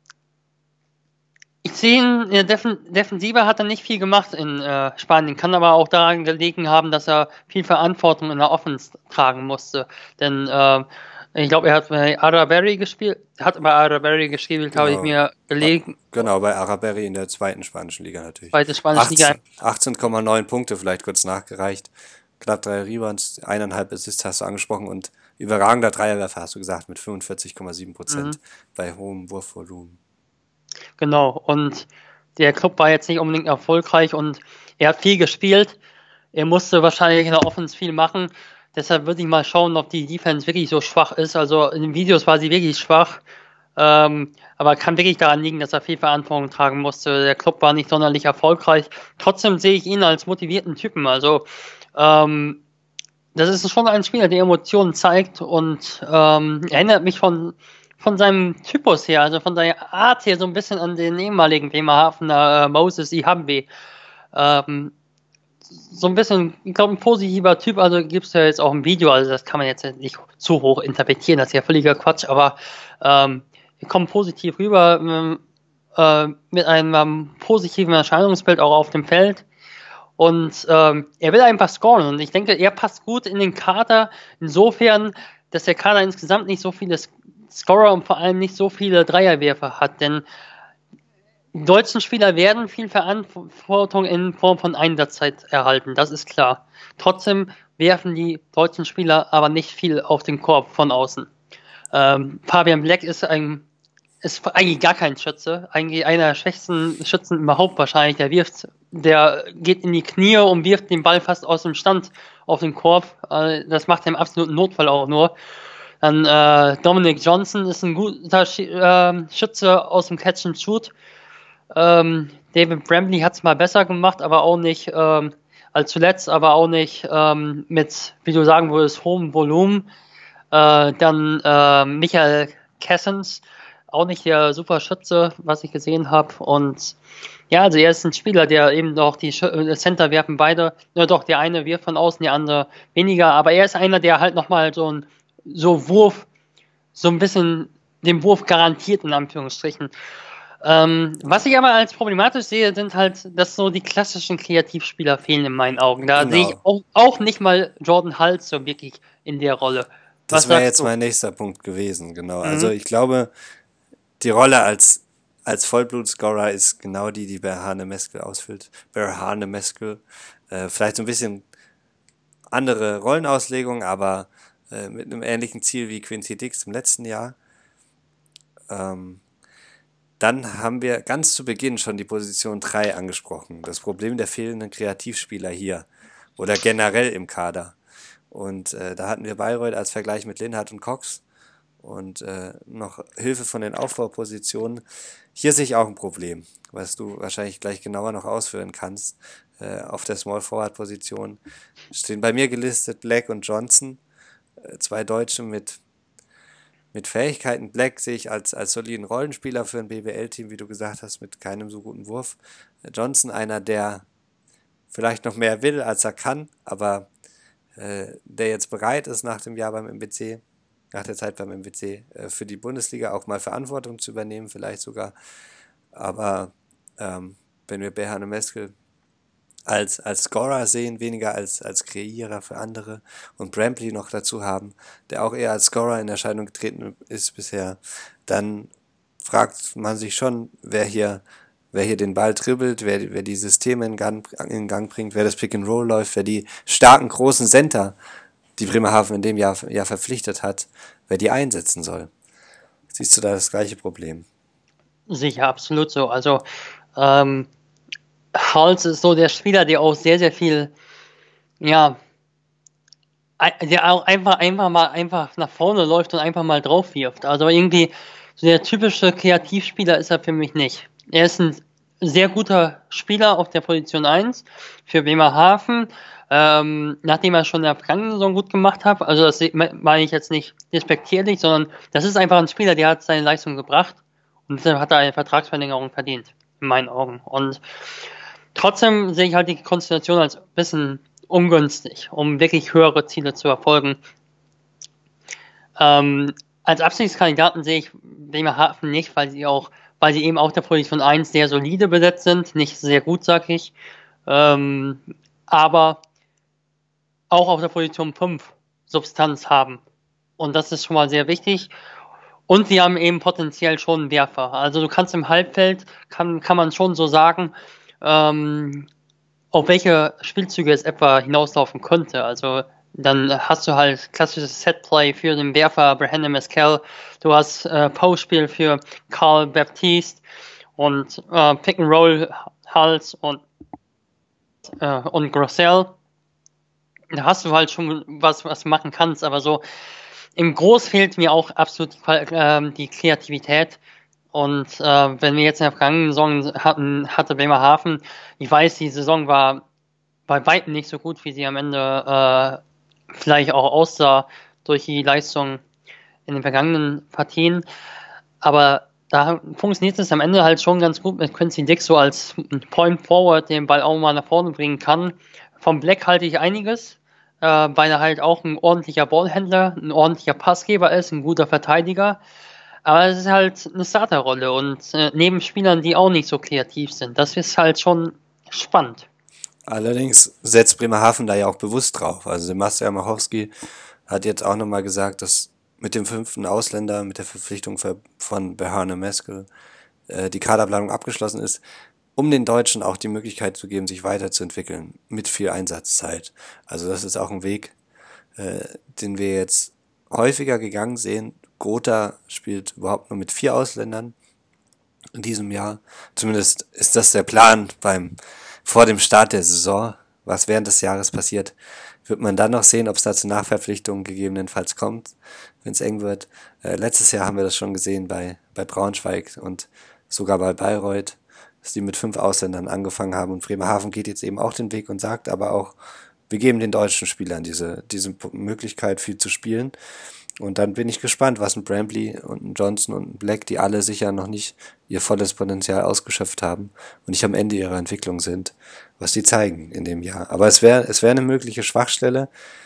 Ich sehe ihn, in der Defensive hat er nicht viel gemacht in Spanien, kann aber auch daran gelegen haben, dass er viel Verantwortung in der Offense tragen musste. Denn ich glaube, er hat bei Araberry gespielt, habe ich Genau. mir gelegen, Genau, bei Araberri in der zweiten spanischen Liga natürlich. zweite spanische Liga. 18,9 Punkte, vielleicht kurz nachgereicht. Knapp 3 Rebounds, 1,5 Assists hast du angesprochen und überragender Dreierwerfer hast du gesagt mit 45,7% Mhm, bei hohem Wurfvolumen. genau. Und der Club war jetzt nicht unbedingt erfolgreich und er hat viel gespielt. Er musste wahrscheinlich in der Offense viel machen. Deshalb würde ich mal schauen, ob die Defense wirklich so schwach ist. Also in den Videos war sie wirklich schwach. Aber kann wirklich daran liegen, dass er viel Verantwortung tragen musste. Der Club war nicht sonderlich erfolgreich. Trotzdem sehe ich ihn als motivierten Typen. Also ähm, das ist schon ein Spieler, der Emotionen zeigt und erinnert mich von seinem Typus her, also von seiner Art her so ein bisschen an den ehemaligen Bremerhavener Moses Ihambe. Ähm, so ein bisschen, ich glaube, ein positiver Typ, also gibt es ja jetzt auch ein Video, also das kann man jetzt nicht zu hoch interpretieren, das ist ja völliger Quatsch, aber er kommt positiv rüber, mit einem positiven Erscheinungsbild auch auf dem Feld und er will einfach scoren und ich denke, er passt gut in den Kader, insofern, dass der Kader insgesamt nicht so viele Scorer und vor allem nicht so viele Dreierwerfer hat, denn die deutschen Spieler werden viel Verantwortung in Form von Einsatzzeit erhalten, das ist klar. Trotzdem werfen die deutschen Spieler aber nicht viel auf den Korb von außen. Fabian Black ist eigentlich gar kein Schütze, eigentlich einer der schwächsten Schützen überhaupt wahrscheinlich. Der geht in die Knie und wirft den Ball fast aus dem Stand auf den Korb. Das macht er im absoluten Notfall auch nur. Dann Dominic Johnson ist ein guter Schütze aus dem Catch and Shoot. David Bramley hat es mal besser gemacht, aber auch nicht als zuletzt, aber auch nicht mit, wie du sagen würdest, hohem Volumen. Dann Michael Kessens, auch nicht der super Schütze, was ich gesehen habe. Und ja, also er ist ein Spieler, der eben auch die Center werfen beide. Ja, doch, der eine wirft von außen, der andere weniger. Aber er ist einer, der halt nochmal so Wurf, so ein bisschen den Wurf garantiert, in Anführungsstrichen. Was ich aber als problematisch sehe, sind halt, dass so die klassischen Kreativspieler fehlen in meinen Augen. Da sehe ich Genau. auch nicht mal Jordan Hult so wirklich in der Rolle. Das Was wäre sagst jetzt du? mein nächster Punkt gewesen, genau. Also Mhm. ich glaube, die Rolle als Vollblutscorer ist genau die, die Berhane Meskel ausfüllt. Berhane Meskel. Vielleicht so ein bisschen andere Rollenauslegung, aber mit einem ähnlichen Ziel wie Quincy Dix im letzten Jahr. Ähm, Dann haben wir ganz zu Beginn schon die Position 3 angesprochen. Das Problem der fehlenden Kreativspieler hier oder generell im Kader. Und da hatten wir Bayreuth als Vergleich mit Linhardt und Cox und noch Hilfe von den Aufbaupositionen. Hier sehe ich auch ein Problem, was du wahrscheinlich gleich genauer noch ausführen kannst. Auf der Small Forward Position stehen bei mir gelistet Black und Johnson, zwei Deutsche mit Fähigkeiten. Black sehe ich als soliden Rollenspieler für ein BWL-Team, wie du gesagt hast, mit keinem so guten Wurf. Johnson einer, der vielleicht noch mehr will, als er kann, aber der jetzt bereit ist nach dem Jahr beim MBC, nach der Zeit beim MBC, für die Bundesliga auch mal Verantwortung zu übernehmen, vielleicht sogar. Aber wenn wir Berhane Meskel als Scorer sehen, weniger als Kreierer für andere und Brambley noch dazu haben, der auch eher als Scorer in Erscheinung getreten ist bisher, dann fragt man sich schon, wer hier den Ball dribbelt, wer die Systeme in Gang bringt, wer das Pick and Roll läuft, wer die starken großen Center, die Bremerhaven in dem Jahr verpflichtet hat, wer die einsetzen soll. Siehst du da das gleiche Problem? Sicher, absolut so. Also Hals ist so der Spieler, der auch sehr, sehr viel, ja, der auch einfach nach vorne läuft und einfach mal drauf wirft. Also irgendwie so der typische Kreativspieler ist er für mich nicht. Er ist ein sehr guter Spieler auf der Position 1 für Bremerhaven, nachdem er schon in der vergangenen Saison gut gemacht hat. Also das meine ich jetzt nicht despektierlich, sondern das ist einfach ein Spieler, der hat seine Leistung gebracht und deshalb hat er eine Vertragsverlängerung verdient, in meinen Augen. Und trotzdem sehe ich halt die Konstellation als ein bisschen ungünstig, um wirklich höhere Ziele zu verfolgen. Als Abstiegskandidaten sehe ich Bremerhaven nicht, weil sie eben auch der Position 1 sehr solide besetzt sind, nicht sehr gut, sag ich, aber auch auf der Position 5 Substanz haben. Und das ist schon mal sehr wichtig. Und sie haben eben potenziell schon einen Werfer. Also du kannst im Halbfeld, kann man schon so sagen, auf welche Spielzüge es etwa hinauslaufen könnte. Also dann hast du halt klassisches Setplay für den Werfer Berhane Meskel, du hast Postspiel für Karl Baptiste und Pick and Roll Hals und Grossell. Da hast du halt schon was du machen kannst, aber so im Groß fehlt mir auch absolut die Kreativität. Und wenn wir jetzt in der vergangenen Saison hatte Bremerhaven, ich weiß, die Saison war bei weitem nicht so gut, wie sie am Ende vielleicht auch aussah durch die Leistung in den vergangenen Partien. Aber da funktioniert es am Ende halt schon ganz gut mit Quincy Dix so als Point Forward, den Ball auch mal nach vorne bringen kann. Vom Black halte ich einiges, weil er halt auch ein ordentlicher Ballhändler, ein ordentlicher Passgeber ist, ein guter Verteidiger. Aber es ist halt eine Starterrolle und neben Spielern, die auch nicht so kreativ sind. Das ist halt schon spannend. Allerdings setzt Bremerhaven da ja auch bewusst drauf. Also Sebastian Machowski hat jetzt auch nochmal gesagt, dass mit dem 5. Ausländer, mit der Verpflichtung von Berhane Meskel, die Kaderplanung abgeschlossen ist, um den Deutschen auch die Möglichkeit zu geben, sich weiterzuentwickeln mit viel Einsatzzeit. Also das ist auch ein Weg, den wir jetzt häufiger gegangen sehen. Gotha spielt überhaupt nur mit 4 Ausländern in diesem Jahr. Zumindest ist das der Plan vor dem Start der Saison. Was während des Jahres passiert, wird man dann noch sehen, ob es da zu Nachverpflichtungen gegebenenfalls kommt, wenn es eng wird. Letztes Jahr haben wir das schon gesehen bei Braunschweig und sogar bei Bayreuth, dass die mit 5 Ausländern angefangen haben. Und Bremerhaven geht jetzt eben auch den Weg und sagt aber auch, wir geben den deutschen Spielern diese Möglichkeit, viel zu spielen. Und dann bin ich gespannt, was ein Brambley und ein Johnson und ein Black, die alle sicher noch nicht ihr volles Potenzial ausgeschöpft haben und nicht am Ende ihrer Entwicklung sind, was die zeigen in dem Jahr. Aber es wäre eine mögliche Schwachstelle.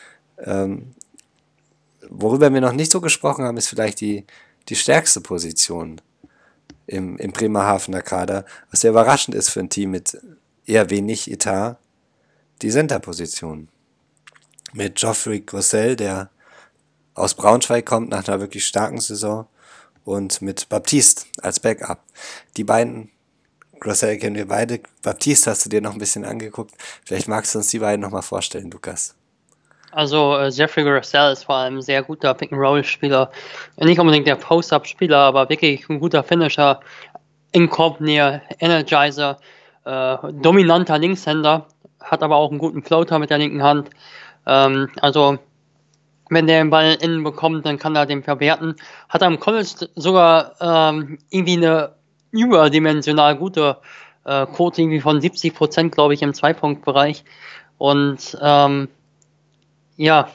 Worüber wir noch nicht so gesprochen haben, ist vielleicht die stärkste Position im Bremerhavener Kader, was sehr überraschend ist für ein Team mit eher wenig Etat, die Center-Position. Mit Geoffrey Grossell, der aus Braunschweig kommt nach einer wirklich starken Saison, und mit Baptiste als Backup. Die beiden, Grossell kennen wir beide, Baptiste hast du dir noch ein bisschen angeguckt. Vielleicht magst du uns die beiden nochmal vorstellen, Lukas. Also Jeffrey Grossell ist vor allem ein sehr guter Pick-and-Roll-Spieler. Nicht unbedingt der Post-Up-Spieler, aber wirklich ein guter Finisher, In-Korb-Nähe, Energizer, dominanter Linkshänder, hat aber auch einen guten Floater mit der linken Hand. Also wenn der den Ball innen bekommt, dann kann er den verwerten. Hat am College sogar irgendwie eine überdimensional gute Quote irgendwie von 70%, glaube ich, im Zweipunktbereich. Und ja,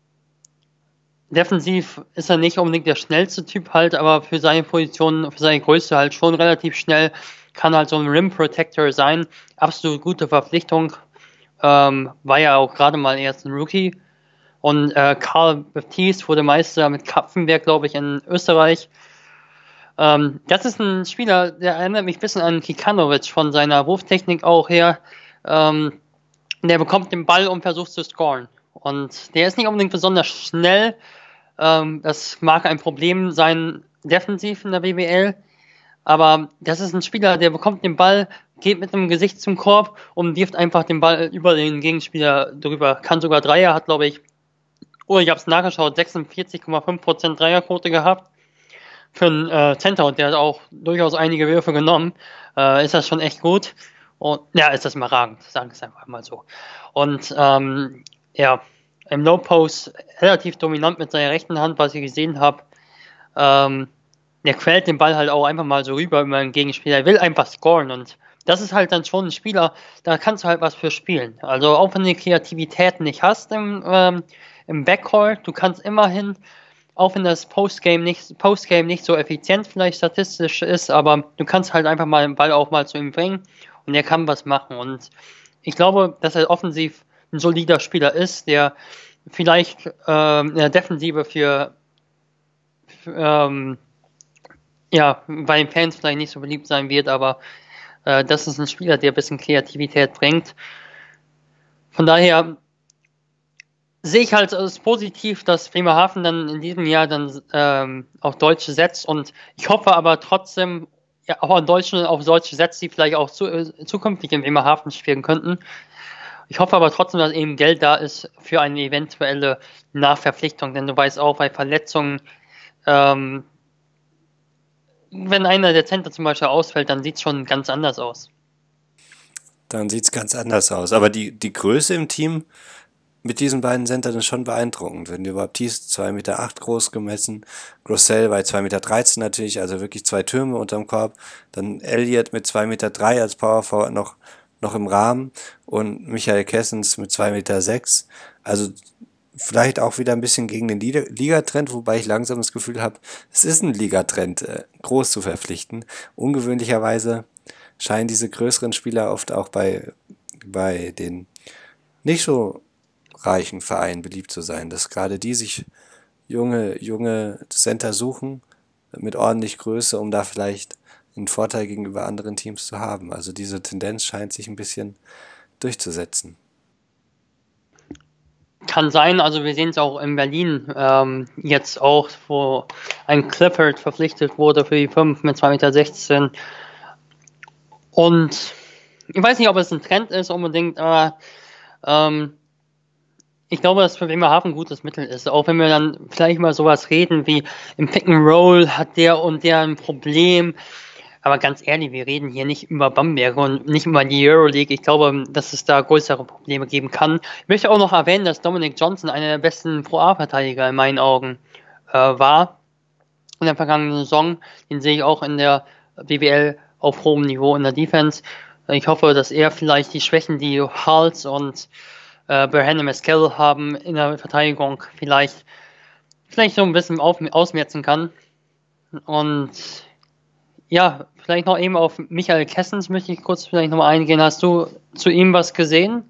defensiv ist er nicht unbedingt der schnellste Typ halt, aber für seine Position, für seine Größe halt schon relativ schnell, kann halt so ein Rim Protector sein. Absolut gute Verpflichtung. War ja auch gerade mal erst ein Rookie. Und Karl Baptiste wurde Meister mit Kapfenberg, glaube ich, in Österreich. Das ist ein Spieler, der erinnert mich ein bisschen an Kikanovic von seiner Wurftechnik auch her. Der bekommt den Ball und versucht zu scoren. Und der ist nicht unbedingt besonders schnell. Das mag ein Problem sein, defensiv in der BBL. Aber das ist ein Spieler, der bekommt den Ball, geht mit dem Gesicht zum Korb und wirft einfach den Ball über den Gegenspieler drüber. Kann sogar Dreier, hat glaube ich, ich habe es nachgeschaut, 46,5% Dreierquote gehabt. Für einen Center, und der hat auch durchaus einige Würfe genommen, ist das schon echt gut. Und ja, ist das mal ragend, sagen wir es einfach mal so. Und ja, im Low Post relativ dominant mit seiner rechten Hand, was ich gesehen habe. Der quält den Ball halt auch einfach mal so rüber über den Gegenspieler. Er will einfach scoren, und das ist halt dann schon ein Spieler, da kannst du halt was für spielen. Also auch wenn du die Kreativität nicht hast im Backcourt, du kannst immerhin, auch wenn das Postgame nicht so effizient vielleicht statistisch ist, aber du kannst halt einfach mal den Ball auch mal zu ihm bringen und er kann was machen. Und ich glaube, dass er offensiv ein solider Spieler ist, der vielleicht in der Defensive ja, bei den Fans vielleicht nicht so beliebt sein wird, aber das ist ein Spieler, der ein bisschen Kreativität bringt. Von daher sehe ich halt als positiv, dass Bremerhaven dann in diesem Jahr dann auf Deutsche setzt, und ich hoffe aber trotzdem, ja, auch an Deutschen auf Deutsche setzt, die vielleicht auch zukünftig in Bremerhaven spielen könnten. Ich hoffe aber trotzdem, dass eben Geld da ist für eine eventuelle Nachverpflichtung, denn du weißt auch, bei Verletzungen, wenn einer der Center zum Beispiel ausfällt, dann sieht es schon ganz anders aus. Dann sieht es ganz anders aus. Aber die Größe im Team mit diesen beiden Centern ist schon beeindruckend. Wenn du Baptiste 2,8 Meter groß gemessen, Grossell bei 2,13 Meter natürlich, also wirklich zwei Türme unterm Korb, dann Elliott mit 2,3 Meter als Power Forward noch im Rahmen und Michael Kessens mit 2,6 Meter. Also vielleicht auch wieder ein bisschen gegen den Ligatrend, wobei ich langsam das Gefühl habe, es ist ein Ligatrend, groß zu verpflichten. Ungewöhnlicherweise scheinen diese größeren Spieler oft auch bei den nicht so reichen Vereinen beliebt zu sein, dass gerade die sich junge Center suchen mit ordentlich Größe, um da vielleicht einen Vorteil gegenüber anderen Teams zu haben. Also diese Tendenz scheint sich ein bisschen durchzusetzen. Kann sein, also wir sehen es auch in Berlin jetzt auch, wo ein Clifford verpflichtet wurde für die 5 mit 2,16 Meter. Und ich weiß nicht, ob es ein Trend ist unbedingt, aber ich glaube, dass für Bremerhaven ein gutes Mittel ist. Auch wenn wir dann vielleicht mal sowas reden wie im Pick-and-Roll hat der und der ein Problem. Aber ganz ehrlich, wir reden hier nicht über Bamberg und nicht über die Euroleague. Ich glaube, dass es da größere Probleme geben kann. Ich möchte auch noch erwähnen, dass Dominic Johnson einer der besten Pro-A-Verteidiger in meinen Augen war in der vergangenen Saison. Den sehe ich auch in der BBL auf hohem Niveau in der Defense. Ich hoffe, dass er vielleicht die Schwächen, die Hals und Berhan Meskel haben in der Verteidigung, vielleicht so ein bisschen ausmerzen kann. Und ja, vielleicht noch eben auf Michael Kessens möchte ich kurz vielleicht nochmal eingehen. Hast du zu ihm was gesehen?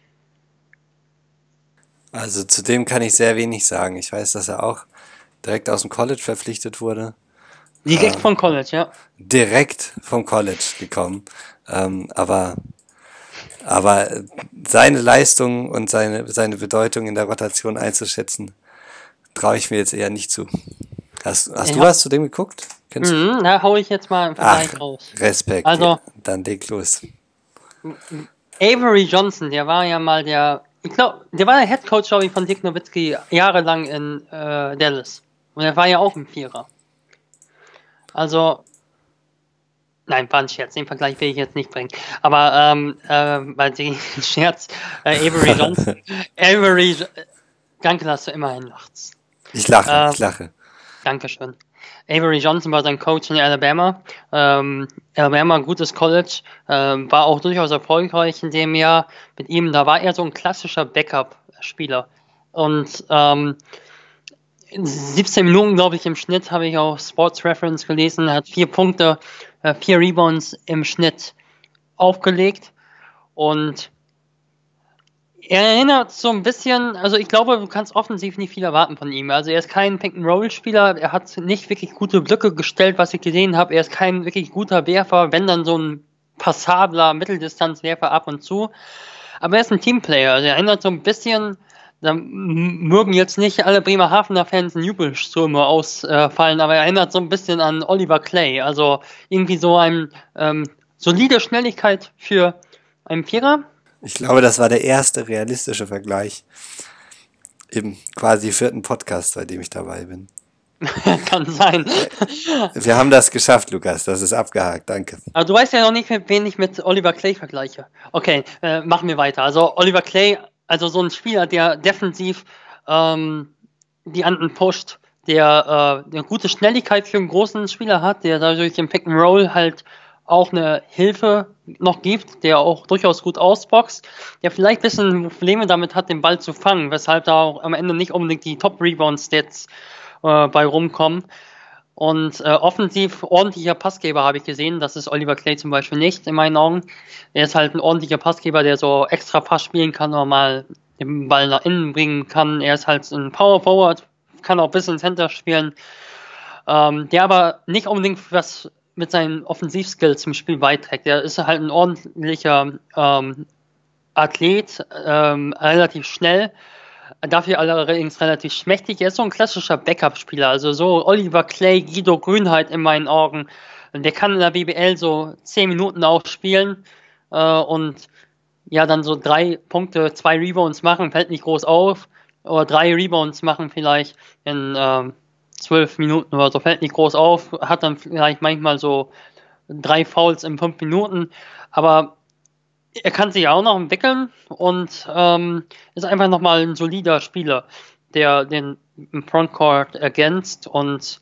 Also zu dem kann ich sehr wenig sagen. Ich weiß, dass er auch direkt aus dem College verpflichtet wurde. Direkt von College, ja. Direkt vom College gekommen. Aber seine Leistung und seine Bedeutung in der Rotation einzuschätzen, traue ich mir jetzt eher nicht zu. Hast du was zu dem geguckt? Da hau ich jetzt mal im Vergleich raus. Respekt. Also, dann leg los. Avery Johnson, der war ja mal der war der Head Coach, glaube ich, von Dirk Nowitzki jahrelang in Dallas. Und er war ja auch ein Vierer. Also, nein, war ein Scherz. Den Vergleich will ich jetzt nicht bringen. Aber, weil die Scherz, Avery Johnson. Danke, dass du immerhin lachst. Ich lache. Dankeschön. Avery Johnson war sein Coach in Alabama. Alabama, gutes College, war auch durchaus erfolgreich in dem Jahr mit ihm. Da war er so ein klassischer Backup-Spieler. Und 17 Minuten, glaube ich, im Schnitt, habe ich auf Sports Reference gelesen. Er hat 4 Punkte, 4 Rebounds im Schnitt aufgelegt. Und er erinnert so ein bisschen, also ich glaube, du kannst offensiv nicht viel erwarten von ihm. Also er ist kein Pick-and-Roll-Spieler, er hat nicht wirklich gute Blöcke gestellt, was ich gesehen habe. Er ist kein wirklich guter Werfer, wenn dann so ein passabler Mitteldistanzwerfer ab und zu. Aber er ist ein Teamplayer, also er erinnert so ein bisschen, da mögen jetzt nicht alle Bremerhavener Fans in Jubelstürme ausfallen, aber er erinnert so ein bisschen an Oliver Clay. Also irgendwie so eine solide Schnelligkeit für einen Vierer. Ich glaube, das war der erste realistische Vergleich im quasi 4. Podcast, bei dem ich dabei bin. Kann sein. Wir haben das geschafft, Lukas. Das ist abgehakt. Danke. Aber du weißt ja noch nicht, wen ich mit Oliver Clay vergleiche. Okay, machen wir weiter. Also Oliver Clay, also so ein Spieler, der defensiv die anderen pusht, der eine gute Schnelligkeit für einen großen Spieler hat, der dadurch im Pick and Roll halt auch eine Hilfe noch gibt, der auch durchaus gut ausboxt, der vielleicht ein bisschen Probleme damit hat, den Ball zu fangen, weshalb da auch am Ende nicht unbedingt die Top-Rebound-Stats bei rumkommen. Und offensiv ordentlicher Passgeber habe ich gesehen. Das ist Oliver Clay zum Beispiel nicht in meinen Augen. Er ist halt ein ordentlicher Passgeber, der so extra Pass spielen kann oder mal den Ball nach innen bringen kann. Er ist halt ein Power Forward, kann auch bis ins Center spielen, der aber nicht unbedingt was mit seinen Offensivskills zum Spiel beiträgt. Er ist halt ein ordentlicher Athlet, relativ schnell, dafür allerdings relativ schmächtig. Er ist so ein klassischer Backup-Spieler, also so Oliver Clay, Guido Grünheit in meinen Augen. Der kann in der BBL so 10 Minuten auch spielen und ja, dann so 3 Punkte, 2 Rebounds machen, fällt nicht groß auf. Oder 3 Rebounds machen vielleicht in 12 Minuten oder so, fällt nicht groß auf. Hat dann vielleicht manchmal so 3 Fouls in 5 Minuten. Aber er kann sich auch noch entwickeln und ist einfach nochmal ein solider Spieler, der den im Frontcourt ergänzt. Und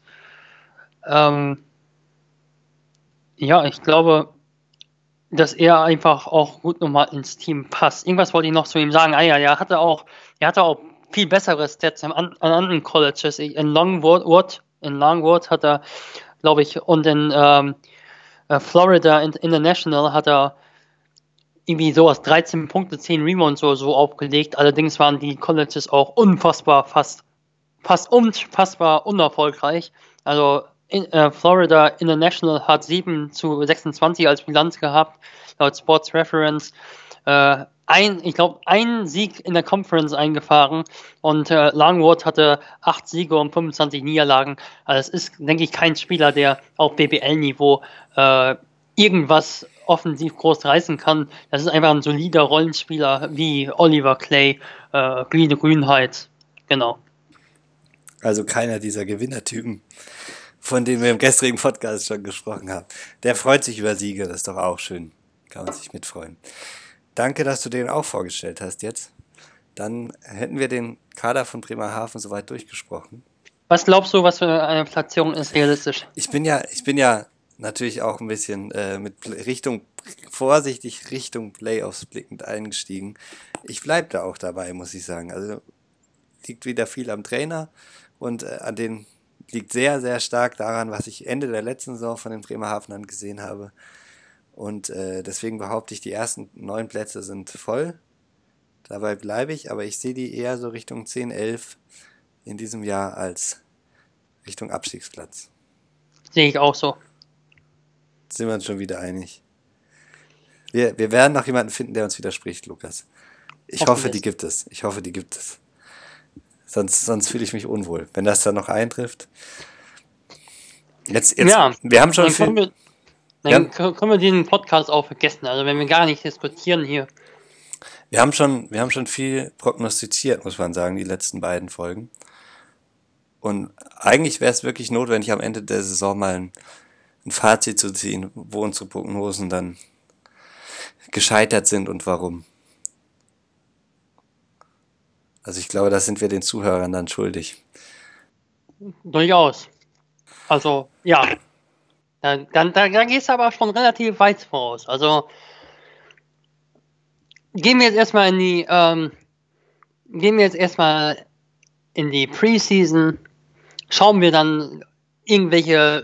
ja, ich glaube, dass er einfach auch gut nochmal ins Team passt. Irgendwas wollte ich noch zu ihm sagen. Ah ja, er hatte auch viel bessere Stats an anderen Colleges. In Longwood hat er, glaube ich, und in Florida International hat er irgendwie sowas 13 Punkte, 10 Rebounds oder so aufgelegt. Allerdings waren die Colleges auch fast unfassbar unerfolgreich. Also Florida International hat 7-26 als Bilanz gehabt, laut Sports Reference. Ich glaube, einen Sieg in der Conference eingefahren und Longwood hatte 8 Siege und 25 Niederlagen. Also es ist, denke ich, kein Spieler, der auf BBL-Niveau irgendwas offensiv groß reißen kann. Das ist einfach ein solider Rollenspieler wie Oliver Clay, Guido Grünheit. Genau. Also keiner dieser Gewinnertypen, von denen wir im gestrigen Podcast schon gesprochen haben. Der freut sich über Siege, das ist doch auch schön. Kann man sich mitfreuen. Danke, dass du den auch vorgestellt hast jetzt. Dann hätten wir den Kader von Bremerhaven soweit durchgesprochen. Was glaubst du, was für eine Platzierung ist realistisch? Ich bin ja natürlich auch ein bisschen vorsichtig Richtung Playoffs blickend eingestiegen. Ich bleibe da auch dabei, muss ich sagen. Also liegt wieder viel am Trainer und an den liegt sehr, sehr stark daran, was ich Ende der letzten Saison von den Bremerhavenern gesehen habe. Und deswegen behaupte ich, die ersten 9 Plätze sind voll. Dabei bleibe ich, aber ich sehe die eher so Richtung 10, 11 in diesem Jahr als Richtung Abstiegsplatz. Sehe ich auch so. Sind wir uns schon wieder einig. Wir werden noch jemanden finden, der uns widerspricht, Lukas. Ich hoffe, die gibt es. Sonst fühle ich mich unwohl, wenn das dann noch eintrifft. Jetzt ja, wir haben schon viel... Dann können wir den Podcast auch vergessen, also wenn wir gar nicht diskutieren hier. Wir haben schon viel prognostiziert, muss man sagen, die letzten beiden Folgen. Und eigentlich wäre es wirklich notwendig, am Ende der Saison mal ein Fazit zu ziehen, wo unsere Prognosen dann gescheitert sind und warum. Also ich glaube, das sind wir den Zuhörern dann schuldig. Durchaus. Also, ja. Da gehst du aber schon relativ weit voraus. Also, gehen wir jetzt erstmal in die Preseason, schauen wir dann irgendwelche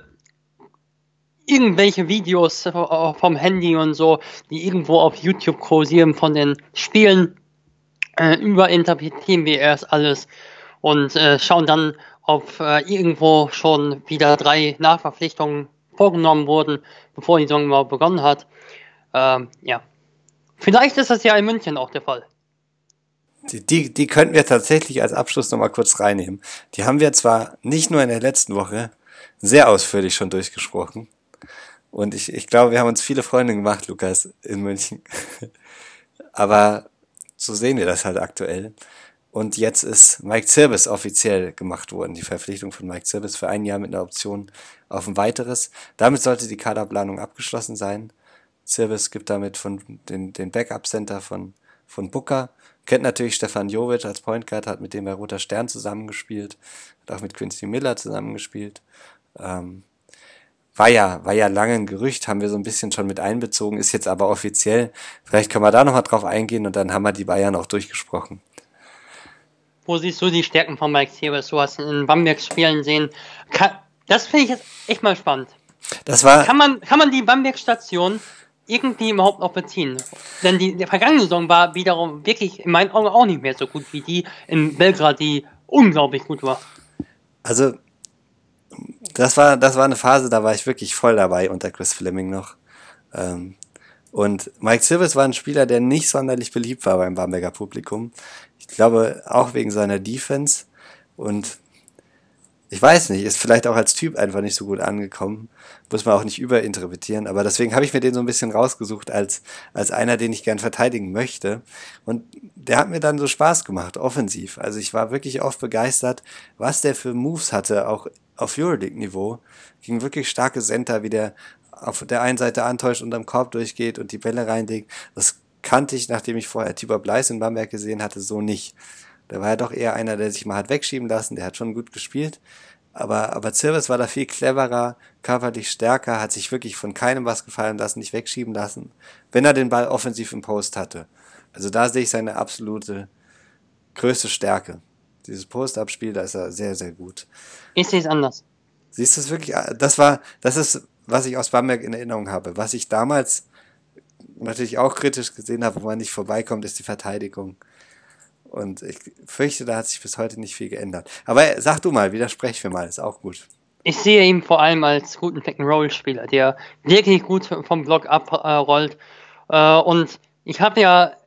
Videos vom Handy und so, die irgendwo auf YouTube kursieren von den Spielen, überinterpretieren wir erst alles und schauen dann, ob irgendwo schon wieder 3 Nachverpflichtungen vorgenommen wurden, bevor die Saison überhaupt begonnen hat. Ja. Vielleicht ist das ja in München auch der Fall. Die könnten wir tatsächlich als Abschluss nochmal kurz reinnehmen. Die haben wir zwar nicht nur in der letzten Woche sehr ausführlich schon durchgesprochen. Und ich glaube, wir haben uns viele Freunde gemacht, Lukas, in München. Aber so sehen wir das halt aktuell. Und jetzt ist Mike Zirbis offiziell gemacht worden. Die Verpflichtung von Mike Zirbis für 1 Jahr mit einer Option auf ein weiteres. Damit sollte die Kaderplanung abgeschlossen sein. Zirbis gibt damit den Backup-Center von Booker. Kennt natürlich Stefan Jovic als Point Guard, hat mit dem bei Roter Stern zusammengespielt. Hat auch mit Quincy Miller zusammengespielt. War ja lange ein Gerücht, haben wir so ein bisschen schon mit einbezogen, ist jetzt aber offiziell. Vielleicht können wir da nochmal drauf eingehen und dann haben wir die Bayern auch durchgesprochen. Wo siehst du die Stärken von Mike Zirbis? Du hast ihn in Bamberg spielen sehen. Das finde ich jetzt echt mal spannend. Kann man die Bamberg-Station irgendwie überhaupt noch beziehen? Denn die vergangene Saison war wiederum wirklich in meinen Augen auch nicht mehr so gut wie die in Belgrad, die unglaublich gut war. Also, das war eine Phase, da war ich wirklich voll dabei unter Chris Fleming noch. Und Mike Zirbis war ein Spieler, der nicht sonderlich beliebt war beim Bamberger Publikum. Ich glaube, auch wegen seiner Defense. Und ich weiß nicht, ist vielleicht auch als Typ einfach nicht so gut angekommen. Muss man auch nicht überinterpretieren. Aber deswegen habe ich mir den so ein bisschen rausgesucht als einer, den ich gern verteidigen möchte. Und der hat mir dann so Spaß gemacht, offensiv. Also ich war wirklich oft begeistert, was der für Moves hatte, auch auf Euroleague-Niveau. Gegen wirklich starke Center, wie der auf der einen Seite antäuscht, unterm Korb durchgeht und die Bälle reinlegt. Das kannte ich, nachdem ich vorher Tibor Bleis in Bamberg gesehen hatte, so nicht. Der war ja doch eher einer, der sich mal hat wegschieben lassen, der hat schon gut gespielt. Aber Zirbis war da viel cleverer, körperlich stärker, hat sich wirklich von keinem was gefallen lassen, nicht wegschieben lassen, wenn er den Ball offensiv im Post hatte. Also da sehe ich seine absolute größte Stärke. Dieses Post-Up-Spiel, da ist er sehr, sehr gut. Ich sehe es anders. Siehst du es wirklich? Das ist, was ich aus Bamberg in Erinnerung habe. Was ich damals natürlich auch kritisch gesehen habe, wo man nicht vorbeikommt, ist die Verteidigung. Und ich fürchte, da hat sich bis heute nicht viel geändert. Aber sag du mal, widersprech mir mal, ist auch gut. Ich sehe ihn vor allem als guten Pick-and-Roll-Spieler, der wirklich gut vom Block abrollt. Und ich habe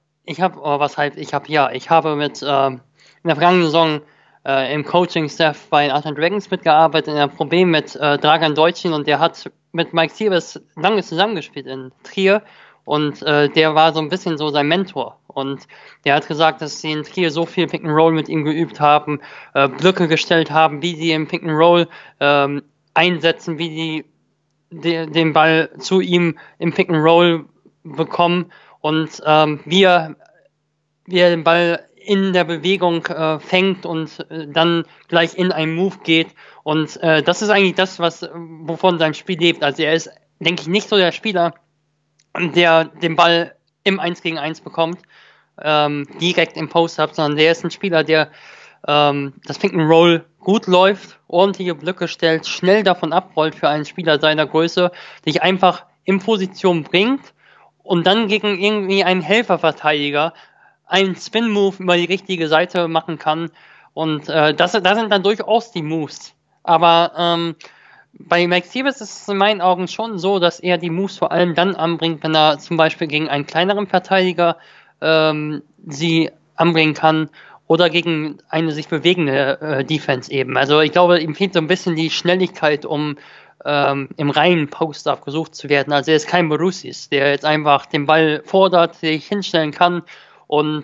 mit in der vergangenen Saison im Coaching-Staff bei den Atlanta Dragons mitgearbeitet, in einem Problem mit Dragan Deutschin, und der hat mit Mike Zirbis lange zusammengespielt in Trier. Und der war so ein bisschen so sein Mentor. Und der hat gesagt, dass sie in Trier so viel Pick-and-Roll mit ihm geübt haben, Blöcke gestellt haben, wie sie im Pick-and-Roll einsetzen, wie den Ball zu ihm im Pick-and-Roll bekommen und wie er den Ball in der Bewegung fängt und dann gleich in einen Move geht. Und das ist eigentlich das, wovon sein Spiel lebt. Also er ist, denke ich, nicht so der Spieler, der den Ball im 1 gegen 1 bekommt, direkt im Post-Up, sondern der ist ein Spieler, der das Pick-and-Roll gut läuft, ordentliche Blöcke stellt, schnell davon abrollt für einen Spieler seiner Größe, dich einfach in Position bringt und dann gegen irgendwie einen Helferverteidiger einen Spin-Move über die richtige Seite machen kann. Und das sind dann durchaus die Moves. Aber bei Mike Zirbis ist es in meinen Augen schon so, dass er die Moves vor allem dann anbringt, wenn er zum Beispiel gegen einen kleineren Verteidiger sie anbringen kann oder gegen eine sich bewegende Defense eben. Also ich glaube, ihm fehlt so ein bisschen die Schnelligkeit, um im reinen Post-Up gesucht zu werden. Also er ist kein Borussis, der jetzt einfach den Ball fordert, sich hinstellen kann und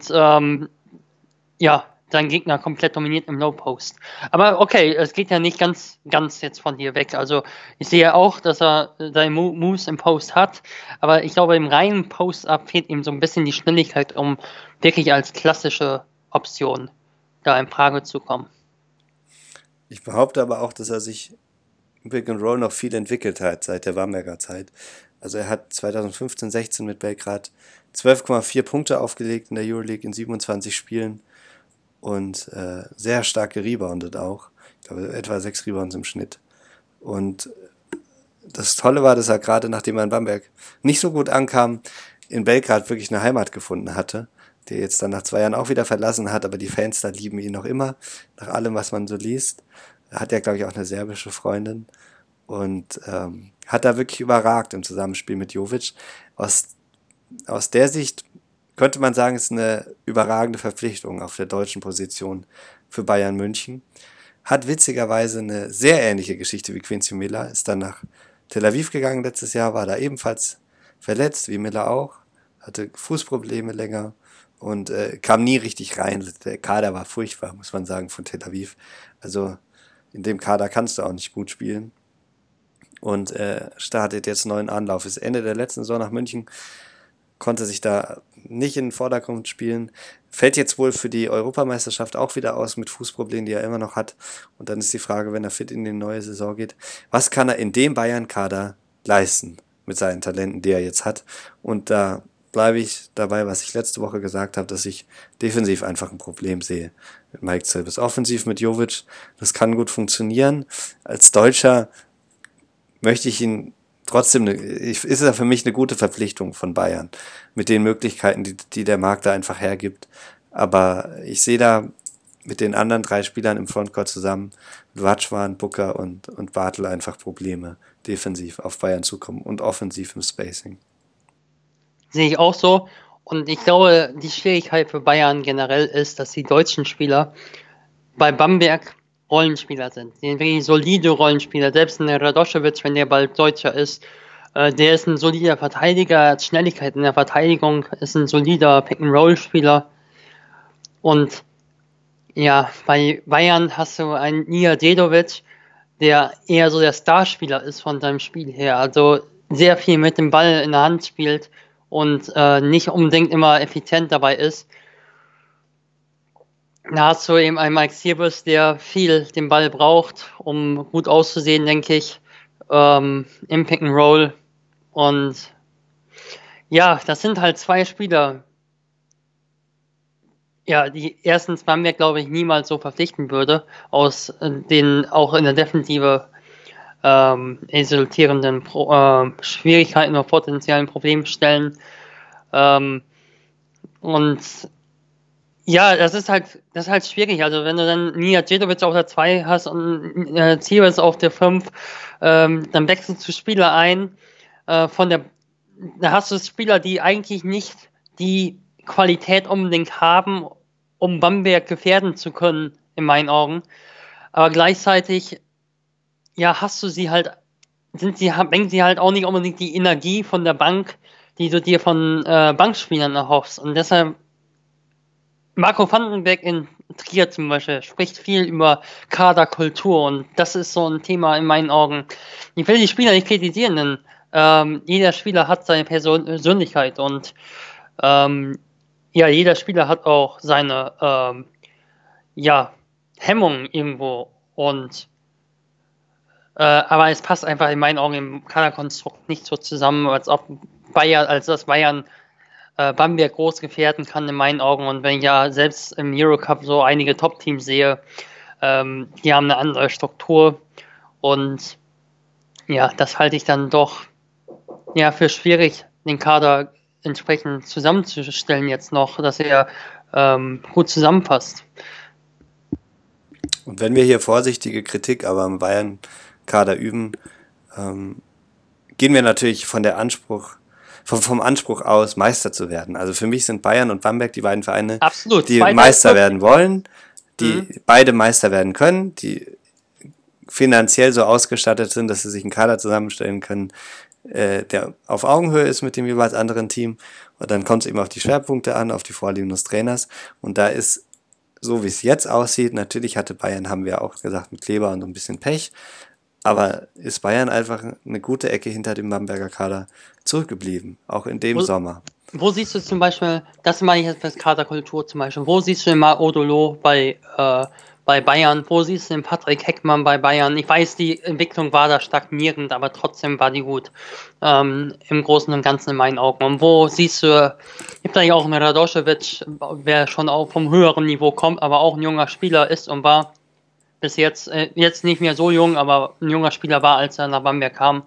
seinen Gegner komplett dominiert im Low-Post. Aber okay, es geht ja nicht ganz jetzt von dir weg. Also ich sehe auch, dass er seine Moves im Post hat, aber ich glaube, im reinen Post-Up fehlt ihm so ein bisschen die Schnelligkeit, um wirklich als klassische Option da in Frage zu kommen. Ich behaupte aber auch, dass er sich Pick and Roll noch viel entwickelt hat seit der Bamberger Zeit. Also er hat 2015-16 mit Belgrad 12,4 Punkte aufgelegt in der Euroleague in 27 Spielen und sehr stark gereboundet auch. Ich glaube, etwa 6 Rebounds im Schnitt. Und das Tolle war, dass er gerade nachdem er in Bamberg nicht so gut ankam, in Belgrad wirklich eine Heimat gefunden hatte, die er jetzt dann nach 2 Jahren auch wieder verlassen hat, aber die Fans da lieben ihn noch immer, nach allem, was man so liest. Er hat ja, glaube ich, auch eine serbische Freundin und hat da wirklich überragt im Zusammenspiel mit Jovic. Aus der Sicht könnte man sagen, ist eine überragende Verpflichtung auf der deutschen Position für Bayern München. Hat witzigerweise eine sehr ähnliche Geschichte wie Quincy Miller, ist dann nach Tel Aviv gegangen letztes Jahr, war da ebenfalls verletzt, wie Miller auch, hatte Fußprobleme länger und kam nie richtig rein. Der Kader war furchtbar, muss man sagen, von Tel Aviv. Also in dem Kader kannst du auch nicht gut spielen. Und startet jetzt einen neuen Anlauf. Ist Ende der letzten Saison nach München, konnte sich da nicht in den Vordergrund spielen. Fällt jetzt wohl für die Europameisterschaft auch wieder aus mit Fußproblemen, die er immer noch hat. Und dann ist die Frage, wenn er fit in die neue Saison geht, was kann er in dem Bayern-Kader leisten mit seinen Talenten, die er jetzt hat? Und da bleibe ich dabei, was ich letzte Woche gesagt habe, dass ich defensiv einfach ein Problem sehe mit Mike Zilbes. Offensiv mit Jovic, das kann gut funktionieren. Als Deutscher möchte ich ihn trotzdem, ist er für mich eine gute Verpflichtung von Bayern mit den Möglichkeiten, die der Markt da einfach hergibt. Aber ich sehe da mit den anderen 3 Spielern im Frontcourt zusammen, Watschwan, Booker und Bartel einfach Probleme, defensiv auf Bayern zukommen und offensiv im Spacing. Sehe ich auch so. Und ich glaube, die Schwierigkeit für Bayern generell ist, dass die deutschen Spieler bei Bamberg Rollenspieler sind. Die sind wirklich solide Rollenspieler. Selbst ein Radoschewitsch, wenn der bald Deutscher ist, der ist ein solider Verteidiger, hat Schnelligkeit in der Verteidigung, ist ein solider Pick-and-Roll-Spieler. Und ja, bei Bayern hast du einen Nia Dedovic, der eher so der Starspieler ist von seinem Spiel her. Also sehr viel mit dem Ball in der Hand spielt und nicht unbedingt immer effizient dabei ist. Da hast du eben einen Mike Siebes, der viel den Ball braucht, um gut auszusehen, denke ich, im Pick and Roll. Und ja, das sind halt 2 Spieler, ja, die erstens Bamberg, glaube ich, niemals so verpflichten würde, aus den auch in der Defensive resultierenden Schwierigkeiten oder potenziellen Problemstellen. Und ja, das ist halt schwierig. Also wenn du dann Nia Djedovic auf der 2 hast und Zierus auf der 5, dann wechselst du Spieler ein, da hast du Spieler, die eigentlich nicht die Qualität unbedingt haben, um Bamberg gefährden zu können, in meinen Augen. Aber gleichzeitig, ja, bringen sie halt auch nicht unbedingt die Energie von der Bank, die du dir von Bankspielern erhoffst. Und deshalb Marco Vandenberg in Trier zum Beispiel spricht viel über Kaderkultur und das ist so ein Thema in meinen Augen. Ich will die Spieler nicht kritisieren, denn jeder Spieler hat seine Persönlichkeit und ja, jeder Spieler hat auch seine Hemmungen irgendwo und aber es passt einfach in meinen Augen im Kaderkonstrukt nicht so zusammen, als dass Bayern Bamberg groß gefährden kann in meinen Augen. Und wenn ich ja selbst im Eurocup so einige Top-Teams sehe, die haben eine andere Struktur. Und ja, das halte ich dann doch für schwierig, den Kader entsprechend zusammenzustellen jetzt noch, dass er gut zusammenpasst. Und wenn wir hier vorsichtige Kritik aber am Bayern-Kader üben, gehen wir natürlich vom Anspruch aus, Meister zu werden. Also für mich sind Bayern und Bamberg die beiden Vereine, Absolut. die Meister werden wollen, die beide Meister werden können, die finanziell so ausgestattet sind, dass sie sich einen Kader zusammenstellen können, der auf Augenhöhe ist mit dem jeweils anderen Team. Und dann kommt es eben auf die Schwerpunkte an, auf die Vorlieben des Trainers. Und da ist, so wie es jetzt aussieht, natürlich hatte Bayern, haben wir auch gesagt, mit Kleber und ein bisschen Pech, aber ist Bayern einfach eine gute Ecke hinter dem Bamberger Kader zurückgeblieben, auch in dem Sommer. Wo siehst du zum Beispiel, das meine ich jetzt als Kaderkultur zum Beispiel, wo siehst du mal Odolo bei bei Bayern? Wo siehst du den Patrick Heckmann bei Bayern? Ich weiß, die Entwicklung war da stagnierend, aber trotzdem war die gut. Im Großen und Ganzen in meinen Augen. Und wo siehst du, gibt eigentlich auch einen Radoschewitsch, wer schon auch vom höheren Niveau kommt, aber auch ein junger Spieler ist und war bis jetzt nicht mehr so jung, aber ein junger Spieler war, als er nach Bamberg kam.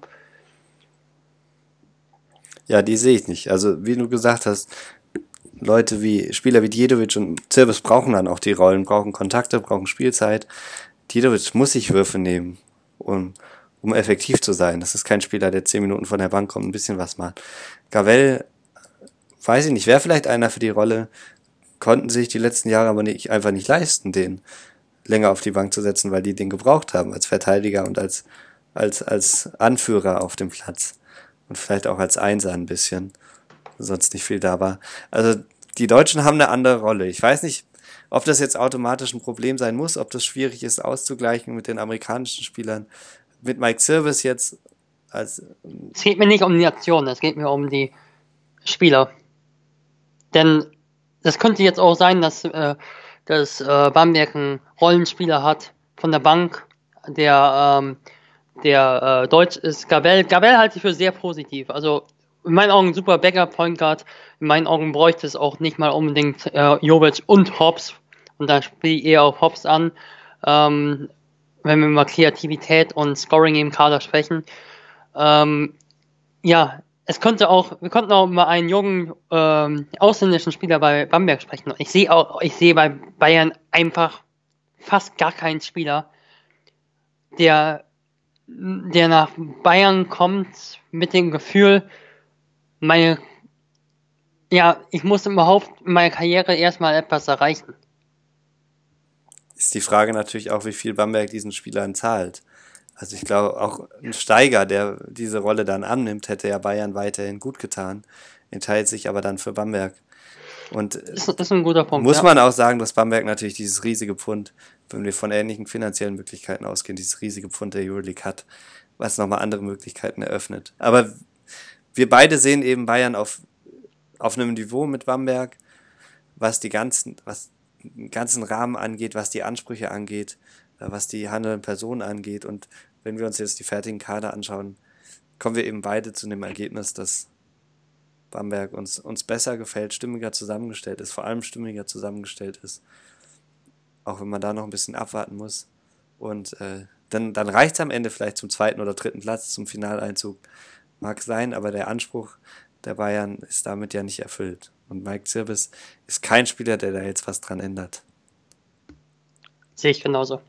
Ja, die sehe ich nicht. Also, wie du gesagt hast, Spieler wie Djedovic und Zirbis brauchen dann auch die Rollen, brauchen Kontakte, brauchen Spielzeit. Djedovic muss sich Würfe nehmen, um effektiv zu sein. Das ist kein Spieler, der 10 Minuten von der Bank kommt und ein bisschen was macht. Gavel, weiß ich nicht, wäre vielleicht einer für die Rolle, konnten sich die letzten Jahre aber einfach nicht leisten, den länger auf die Bank zu setzen, weil die den gebraucht haben als Verteidiger und als Anführer auf dem Platz. Und vielleicht auch als Einser ein bisschen. Sonst nicht viel da war. Also die Deutschen haben eine andere Rolle. Ich weiß nicht, ob das jetzt automatisch ein Problem sein muss, ob das schwierig ist auszugleichen mit den amerikanischen Spielern. Mit Mike Zirbis jetzt als... Es geht mir nicht um die Aktion, es geht mir um die Spieler. Denn das könnte jetzt auch sein, dass Bamberg einen Rollenspieler hat von der Bank, der Deutsch ist. Gavel halte ich für sehr positiv. Also in meinen Augen super Backup-Point Guard. In meinen Augen bräuchte es auch nicht mal unbedingt Jovic und Hobbs. Und da spiele ich eher auf Hobbs an, wenn wir mal Kreativität und Scoring im Kader sprechen. Ja, wir konnten auch mal einen jungen ausländischen Spieler bei Bamberg sprechen. Ich sehe bei Bayern einfach fast gar keinen Spieler, der nach Bayern kommt mit dem Gefühl, ich muss überhaupt in meiner Karriere erstmal etwas erreichen. Ist die Frage natürlich auch, wie viel Bamberg diesen Spielern zahlt. Also ich glaube, auch ein Steiger, der diese Rolle dann annimmt, hätte ja Bayern weiterhin gut getan, entscheidet sich aber dann für Bamberg. Und ist ein guter Punkt. muss man auch sagen, dass Bamberg natürlich dieses riesige Pfund, wenn wir von ähnlichen finanziellen Möglichkeiten ausgehen, dieses riesige Pfund der Euroleague hat, was nochmal andere Möglichkeiten eröffnet. Aber wir beide sehen eben Bayern auf einem Niveau mit Bamberg, was den ganzen Rahmen angeht, was die Ansprüche angeht, was die handelnden Personen angeht. Und wenn wir uns jetzt die fertigen Kader anschauen, kommen wir eben beide zu dem Ergebnis, dass Bamberg uns besser gefällt, stimmiger zusammengestellt ist, vor allem stimmiger zusammengestellt ist. Auch wenn man da noch ein bisschen abwarten muss. Und dann reicht es am Ende vielleicht zum 2. oder 3. Platz, zum Finaleinzug. Mag sein, aber der Anspruch der Bayern ist damit ja nicht erfüllt. Und Mike Zirbis ist kein Spieler, der da jetzt was dran ändert. Sehe ich genauso.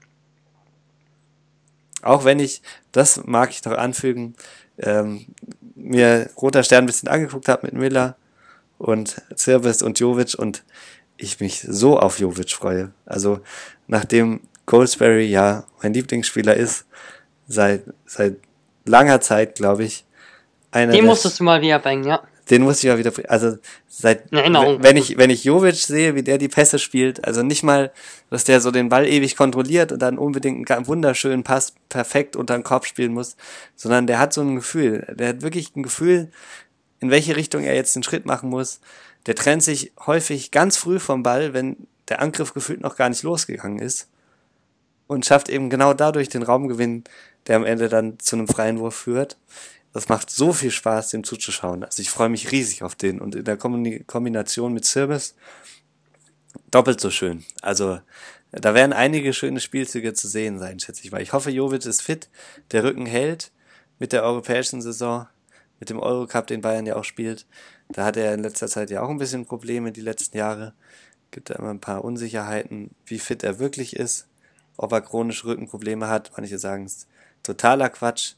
Auch wenn das mag ich noch anfügen, mir Roter Stern ein bisschen angeguckt habe mit Miller und Zirbis und Jovic und ich mich so auf Jovic freue. Also nachdem Goldsberry ja mein Lieblingsspieler ist, seit langer Zeit, glaube ich, Den musstest du mal wieder bringen, ja. Den muss ich mal wieder, also wenn ich Jovic sehe, wie der die Pässe spielt, also nicht mal, dass der so den Ball ewig kontrolliert und dann unbedingt einen wunderschönen Pass perfekt unter den Korb spielen muss, sondern der hat so ein Gefühl, der hat wirklich ein Gefühl, in welche Richtung er jetzt den Schritt machen muss. Der trennt sich häufig ganz früh vom Ball, wenn der Angriff gefühlt noch gar nicht losgegangen ist und schafft eben genau dadurch den Raumgewinn, der am Ende dann zu einem freien Wurf führt. Das macht so viel Spaß, dem zuzuschauen. Also ich freue mich riesig auf den. Und in der Kombination mit Zirbis doppelt so schön. Also da werden einige schöne Spielzüge zu sehen sein, schätze ich mal. Ich hoffe, Jovic ist fit, der Rücken hält mit der europäischen Saison, mit dem Eurocup, den Bayern ja auch spielt. Da hat er in letzter Zeit ja auch ein bisschen Probleme die letzten Jahre. Gibt da immer ein paar Unsicherheiten, wie fit er wirklich ist, ob er chronische Rückenprobleme hat. Manche sagen es totaler Quatsch.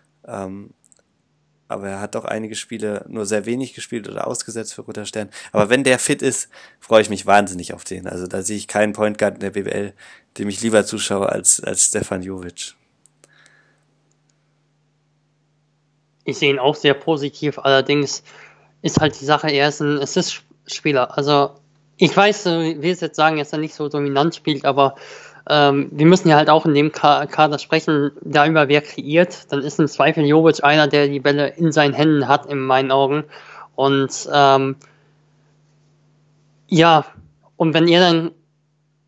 Aber er hat doch einige Spiele nur sehr wenig gespielt oder ausgesetzt für Roter Stern. Aber wenn der fit ist, freue ich mich wahnsinnig auf den. Also da sehe ich keinen Point Guard in der BBL, dem ich lieber zuschaue als Stefan Jovic. Ich sehe ihn auch sehr positiv, allerdings ist halt die Sache, er ist ein Assist-Spieler. Also ich weiß, wie es jetzt sagen, dass er nicht so dominant spielt, aber wir müssen ja halt auch in dem Kader sprechen, darüber wer kreiert. Dann ist im Zweifel Jovic einer, der die Bälle in seinen Händen hat, in meinen Augen. Und und wenn er dann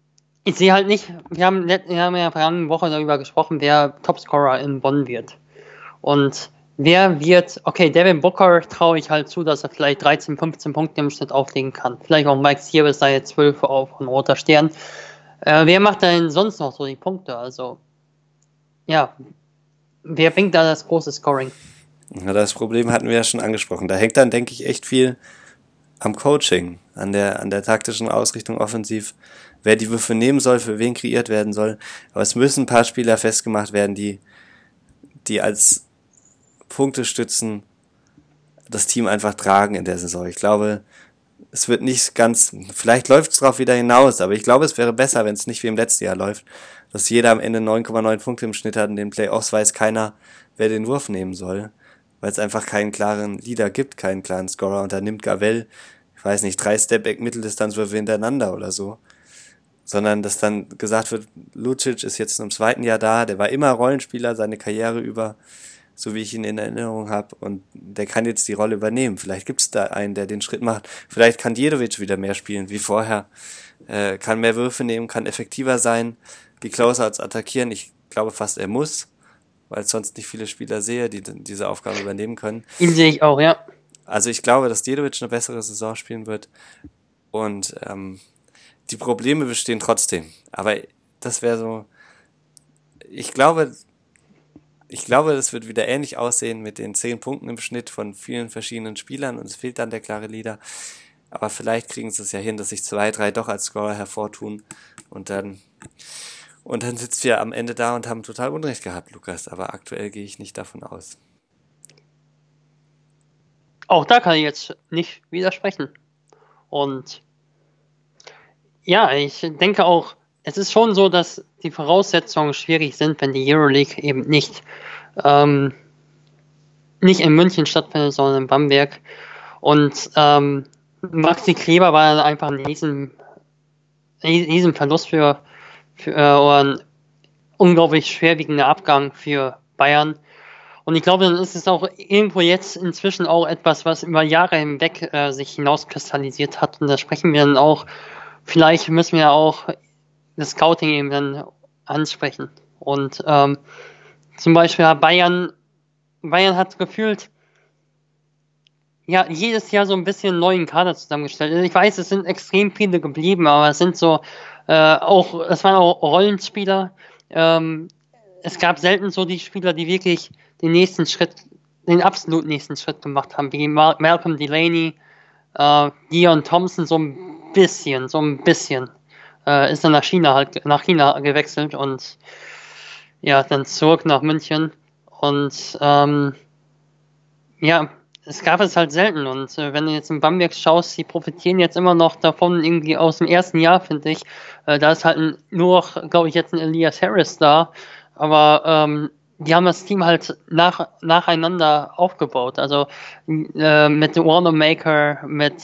Ich sehe halt nicht, wir haben ja in der vergangenen Woche darüber gesprochen, wer Topscorer in Bonn wird. Und wer wird, okay, Devin Booker traue ich halt zu, dass er vielleicht 13, 15 Punkte im Schnitt auflegen kann. Vielleicht auch Mike Sieves sei jetzt 12 auf ein roter Stern. Wer macht denn sonst noch so die Punkte? Also, ja, wer bringt da das große Scoring? Ja, das Problem hatten wir ja schon angesprochen. Da hängt dann, denke ich, echt viel am Coaching, an der taktischen Ausrichtung offensiv, wer die Würfe nehmen soll, für wen kreiert werden soll. Aber es müssen ein paar Spieler festgemacht werden, die als Punktestützen das Team einfach tragen in der Saison. Ich glaube, es wird nicht ganz, vielleicht läuft es darauf wieder hinaus, aber ich glaube, es wäre besser, wenn es nicht wie im letzten Jahr läuft, dass jeder am Ende 9,9 Punkte im Schnitt hat. In den Playoffs weiß keiner, wer den Wurf nehmen soll, weil es einfach keinen klaren Leader gibt, keinen klaren Scorer. Und da nimmt Gavel, ich weiß nicht, 3 Stepback-Mitteldistanzwürfe hintereinander oder so. Sondern dass dann gesagt wird, Lucic ist jetzt im zweiten Jahr da, der war immer Rollenspieler seine Karriere über, so wie ich ihn in Erinnerung habe, und der kann jetzt die Rolle übernehmen. Vielleicht gibt es da einen, der den Schritt macht. Vielleicht kann Djedovic wieder mehr spielen wie vorher, kann mehr Würfe nehmen, kann effektiver sein, die Closeouts attackieren. Ich glaube fast, er muss, weil es sonst nicht viele Spieler sehe, die diese Aufgabe übernehmen können. Ihn sehe ich auch, ja. Also ich glaube, dass Djedovic eine bessere Saison spielen wird und die Probleme bestehen trotzdem. Aber das wäre so, ich glaube, das wird wieder ähnlich aussehen mit den 10 Punkten im Schnitt von vielen verschiedenen Spielern und es fehlt dann der klare Leader. Aber vielleicht kriegen sie es ja hin, dass sich 2, 3 doch als Scorer hervortun und dann sitzen wir am Ende da und haben total Unrecht gehabt, Lukas. Aber aktuell gehe ich nicht davon aus. Auch da kann ich jetzt nicht widersprechen. Und ja, ich denke auch, es ist schon so, dass die Voraussetzungen schwierig sind, wenn die Euroleague eben nicht in München stattfindet, sondern in Bamberg. Und Maxi Kleber war dann einfach ein riesen Verlust für oder ein unglaublich schwerwiegender Abgang für Bayern. Und ich glaube, dann ist es auch irgendwo jetzt inzwischen auch etwas, was über Jahre hinweg sich hinauskristallisiert hat. Und da sprechen wir dann auch, vielleicht müssen wir auch das Scouting eben dann ansprechen. Und zum Beispiel hat Bayern hat gefühlt ja jedes Jahr so ein bisschen einen neuen Kader zusammengestellt. Also ich weiß, es sind extrem viele geblieben, aber es sind so es waren auch Rollenspieler. Es gab selten so die Spieler, die wirklich den absolut nächsten Schritt gemacht haben, wie Malcolm Delaney, Dion Thompson so ein bisschen, ist dann nach China gewechselt und ja, dann zurück nach München und ja, es gab es halt selten und wenn du jetzt in Bamberg schaust, die profitieren jetzt immer noch davon irgendwie aus dem ersten Jahr, finde ich. Da ist halt nur noch, glaube ich, jetzt ein Elias Harris da, aber die haben das Team halt nacheinander aufgebaut. Also mit Wanamaker, mit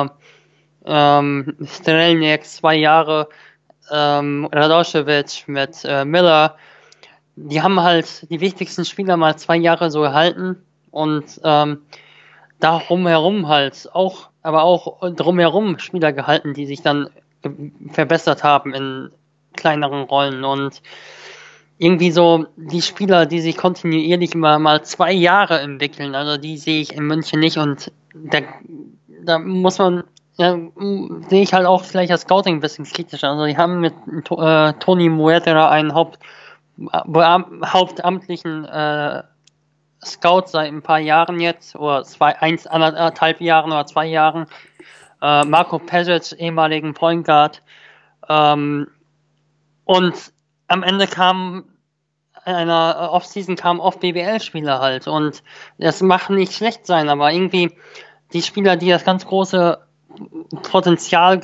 Strelniak 2 Jahre, Radošević mit Miller. Die haben halt die wichtigsten Spieler mal 2 Jahre so gehalten und darum herum halt auch, aber auch drumherum Spieler gehalten, die sich dann verbessert haben in kleineren Rollen und irgendwie so die Spieler, die sich kontinuierlich immer mal 2 Jahre entwickeln, also die sehe ich in München nicht und da muss man, ja, sehe ich halt auch vielleicht das Scouting ein bisschen kritischer. Also die haben mit Toni Muedera einen hauptamtlichen Scout seit ein paar Jahren jetzt, oder 1,5 Jahren oder 2 Jahren. Marco Pesic, ehemaligen Point Guard. Und am Ende einer Offseason kamen oft BWL-Spieler halt. Und das mag nicht schlecht sein, aber irgendwie die Spieler, die das ganz große Potenzial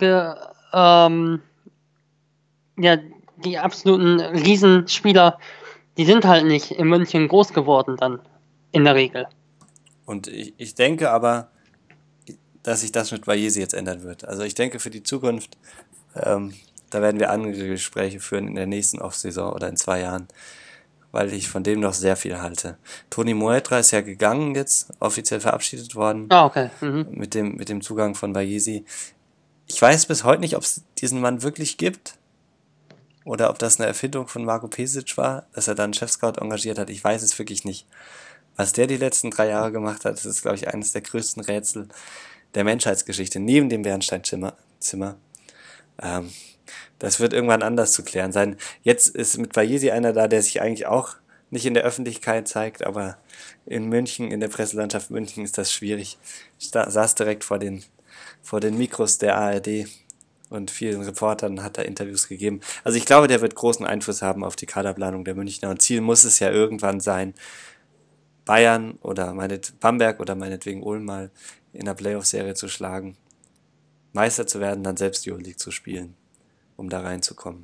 die absoluten Riesenspieler, die sind halt nicht in München groß geworden dann, in der Regel. Und ich denke aber, dass sich das mit Vallese jetzt ändern wird. Also ich denke für die Zukunft, da werden wir andere Gespräche führen in der nächsten Offsaison oder in 2 Jahren, weil ich von dem noch sehr viel halte. Toni Muedra ist ja gegangen jetzt, offiziell verabschiedet worden. Ah, okay. Mit dem Zugang von Vallese. Ich weiß bis heute nicht, ob es diesen Mann wirklich gibt. oder ob das eine Erfindung von Marco Pesic war, dass er dann einen Chefscout engagiert hat. Ich weiß es wirklich nicht. Was der die letzten 3 Jahre gemacht hat, das ist, glaube ich, eines der größten Rätsel der Menschheitsgeschichte, neben dem Bernsteinzimmer. Ähm, Das wird irgendwann anders zu klären sein. Jetzt ist mit Bayesi einer da, der sich eigentlich auch nicht in der Öffentlichkeit zeigt, aber in München, in der Presselandschaft München ist das schwierig. Saß direkt vor den Mikros der ARD und vielen Reportern hat er Interviews gegeben. Also ich glaube, der wird großen Einfluss haben auf die Kaderplanung der Münchner und Ziel muss es ja irgendwann sein, Bayern oder Bamberg oder meinetwegen Ulm mal in der Playoff-Serie zu schlagen, Meister zu werden, dann selbst die Euroleague zu spielen, um da reinzukommen.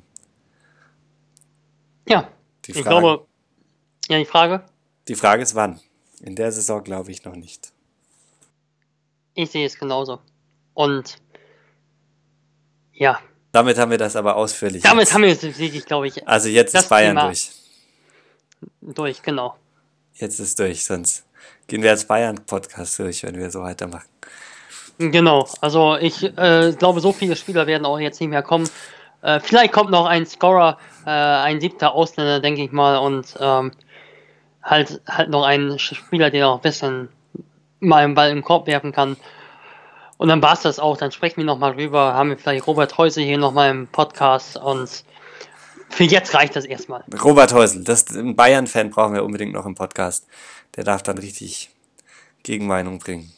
Ja, Die ich Frage, glaube, ja, die Frage, die Frage ist wann. In der Saison glaube ich noch nicht. ich sehe es genauso. Und ja, Damit haben wir das aber ausführlich damit jetzt. haben wir es wirklich, glaube ich, Also jetzt das ist Bayern Thema durch. durch, genau. Jetzt ist durch, sonst gehen wir als Bayern-Podcast durch, wenn wir so weitermachen. Genau, also ich glaube, so viele Spieler werden auch jetzt nicht mehr kommen. Vielleicht kommt noch ein Scorer, ein 7. Ausländer, denke ich mal, und halt noch ein Spieler, der noch ein bisschen mal einen Ball im Korb werfen kann. Und dann war es das auch. Dann sprechen wir nochmal drüber. Haben wir vielleicht Robert Heuse hier nochmal im Podcast. Und für jetzt reicht das erstmal. Robert Heusel, einen Bayern-Fan brauchen wir unbedingt noch im Podcast. Der darf dann richtig Gegenmeinung bringen.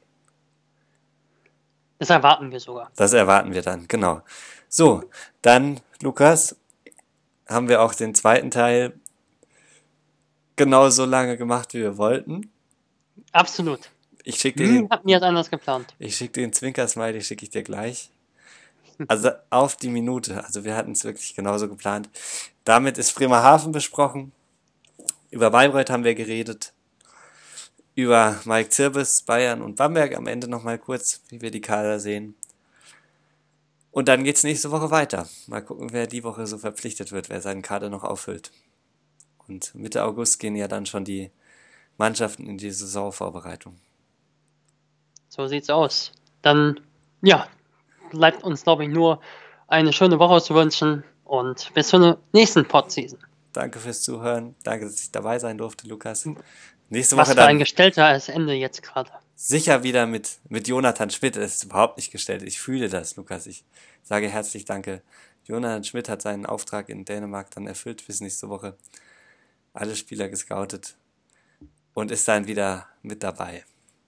Das erwarten wir sogar. Das erwarten wir dann, genau. So, dann, Lukas, haben wir auch den zweiten Teil genau so lange gemacht, wie wir wollten. Absolut. Ich schicke dir Hatten wir das anders geplant. den Zwinker-Smiley, schicke ich dir gleich. Also auf die Minute. Also wir hatten es wirklich genauso geplant. Damit ist Bremerhaven besprochen. Über Bayreuth haben wir geredet. Über Mike Zirbes, Bayern und Bamberg am Ende nochmal kurz, wie wir die Kader sehen. Und dann geht's nächste Woche weiter. Mal gucken, wer die Woche so verpflichtet wird, wer seinen Kader noch auffüllt. Und Mitte August gehen ja dann schon die Mannschaften in die Saisonvorbereitung. So sieht's aus. Dann, ja, bleibt uns, glaube ich, nur eine schöne Woche zu wünschen. Und bis zur nächsten Podseason. Danke fürs Zuhören. Danke, dass ich dabei sein durfte, Lukas. Nächste Was Woche für ein dann gestelltes Ende jetzt gerade. sicher wieder mit Jonathan Schmidt. Es ist überhaupt nicht gestellt. Ich fühle das, Lukas. Ich sage herzlich danke. Jonathan Schmidt hat seinen Auftrag in Dänemark dann erfüllt bis nächste Woche. Alle Spieler gescoutet und ist dann wieder mit dabei.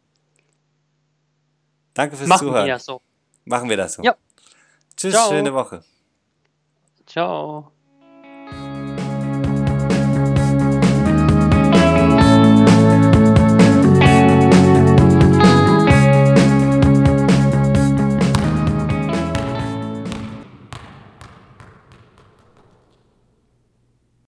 Danke fürs Machen Zuhören. wir das so. Machen wir das so. Ja. Tschüss, Ciao. schöne Woche. Ciao.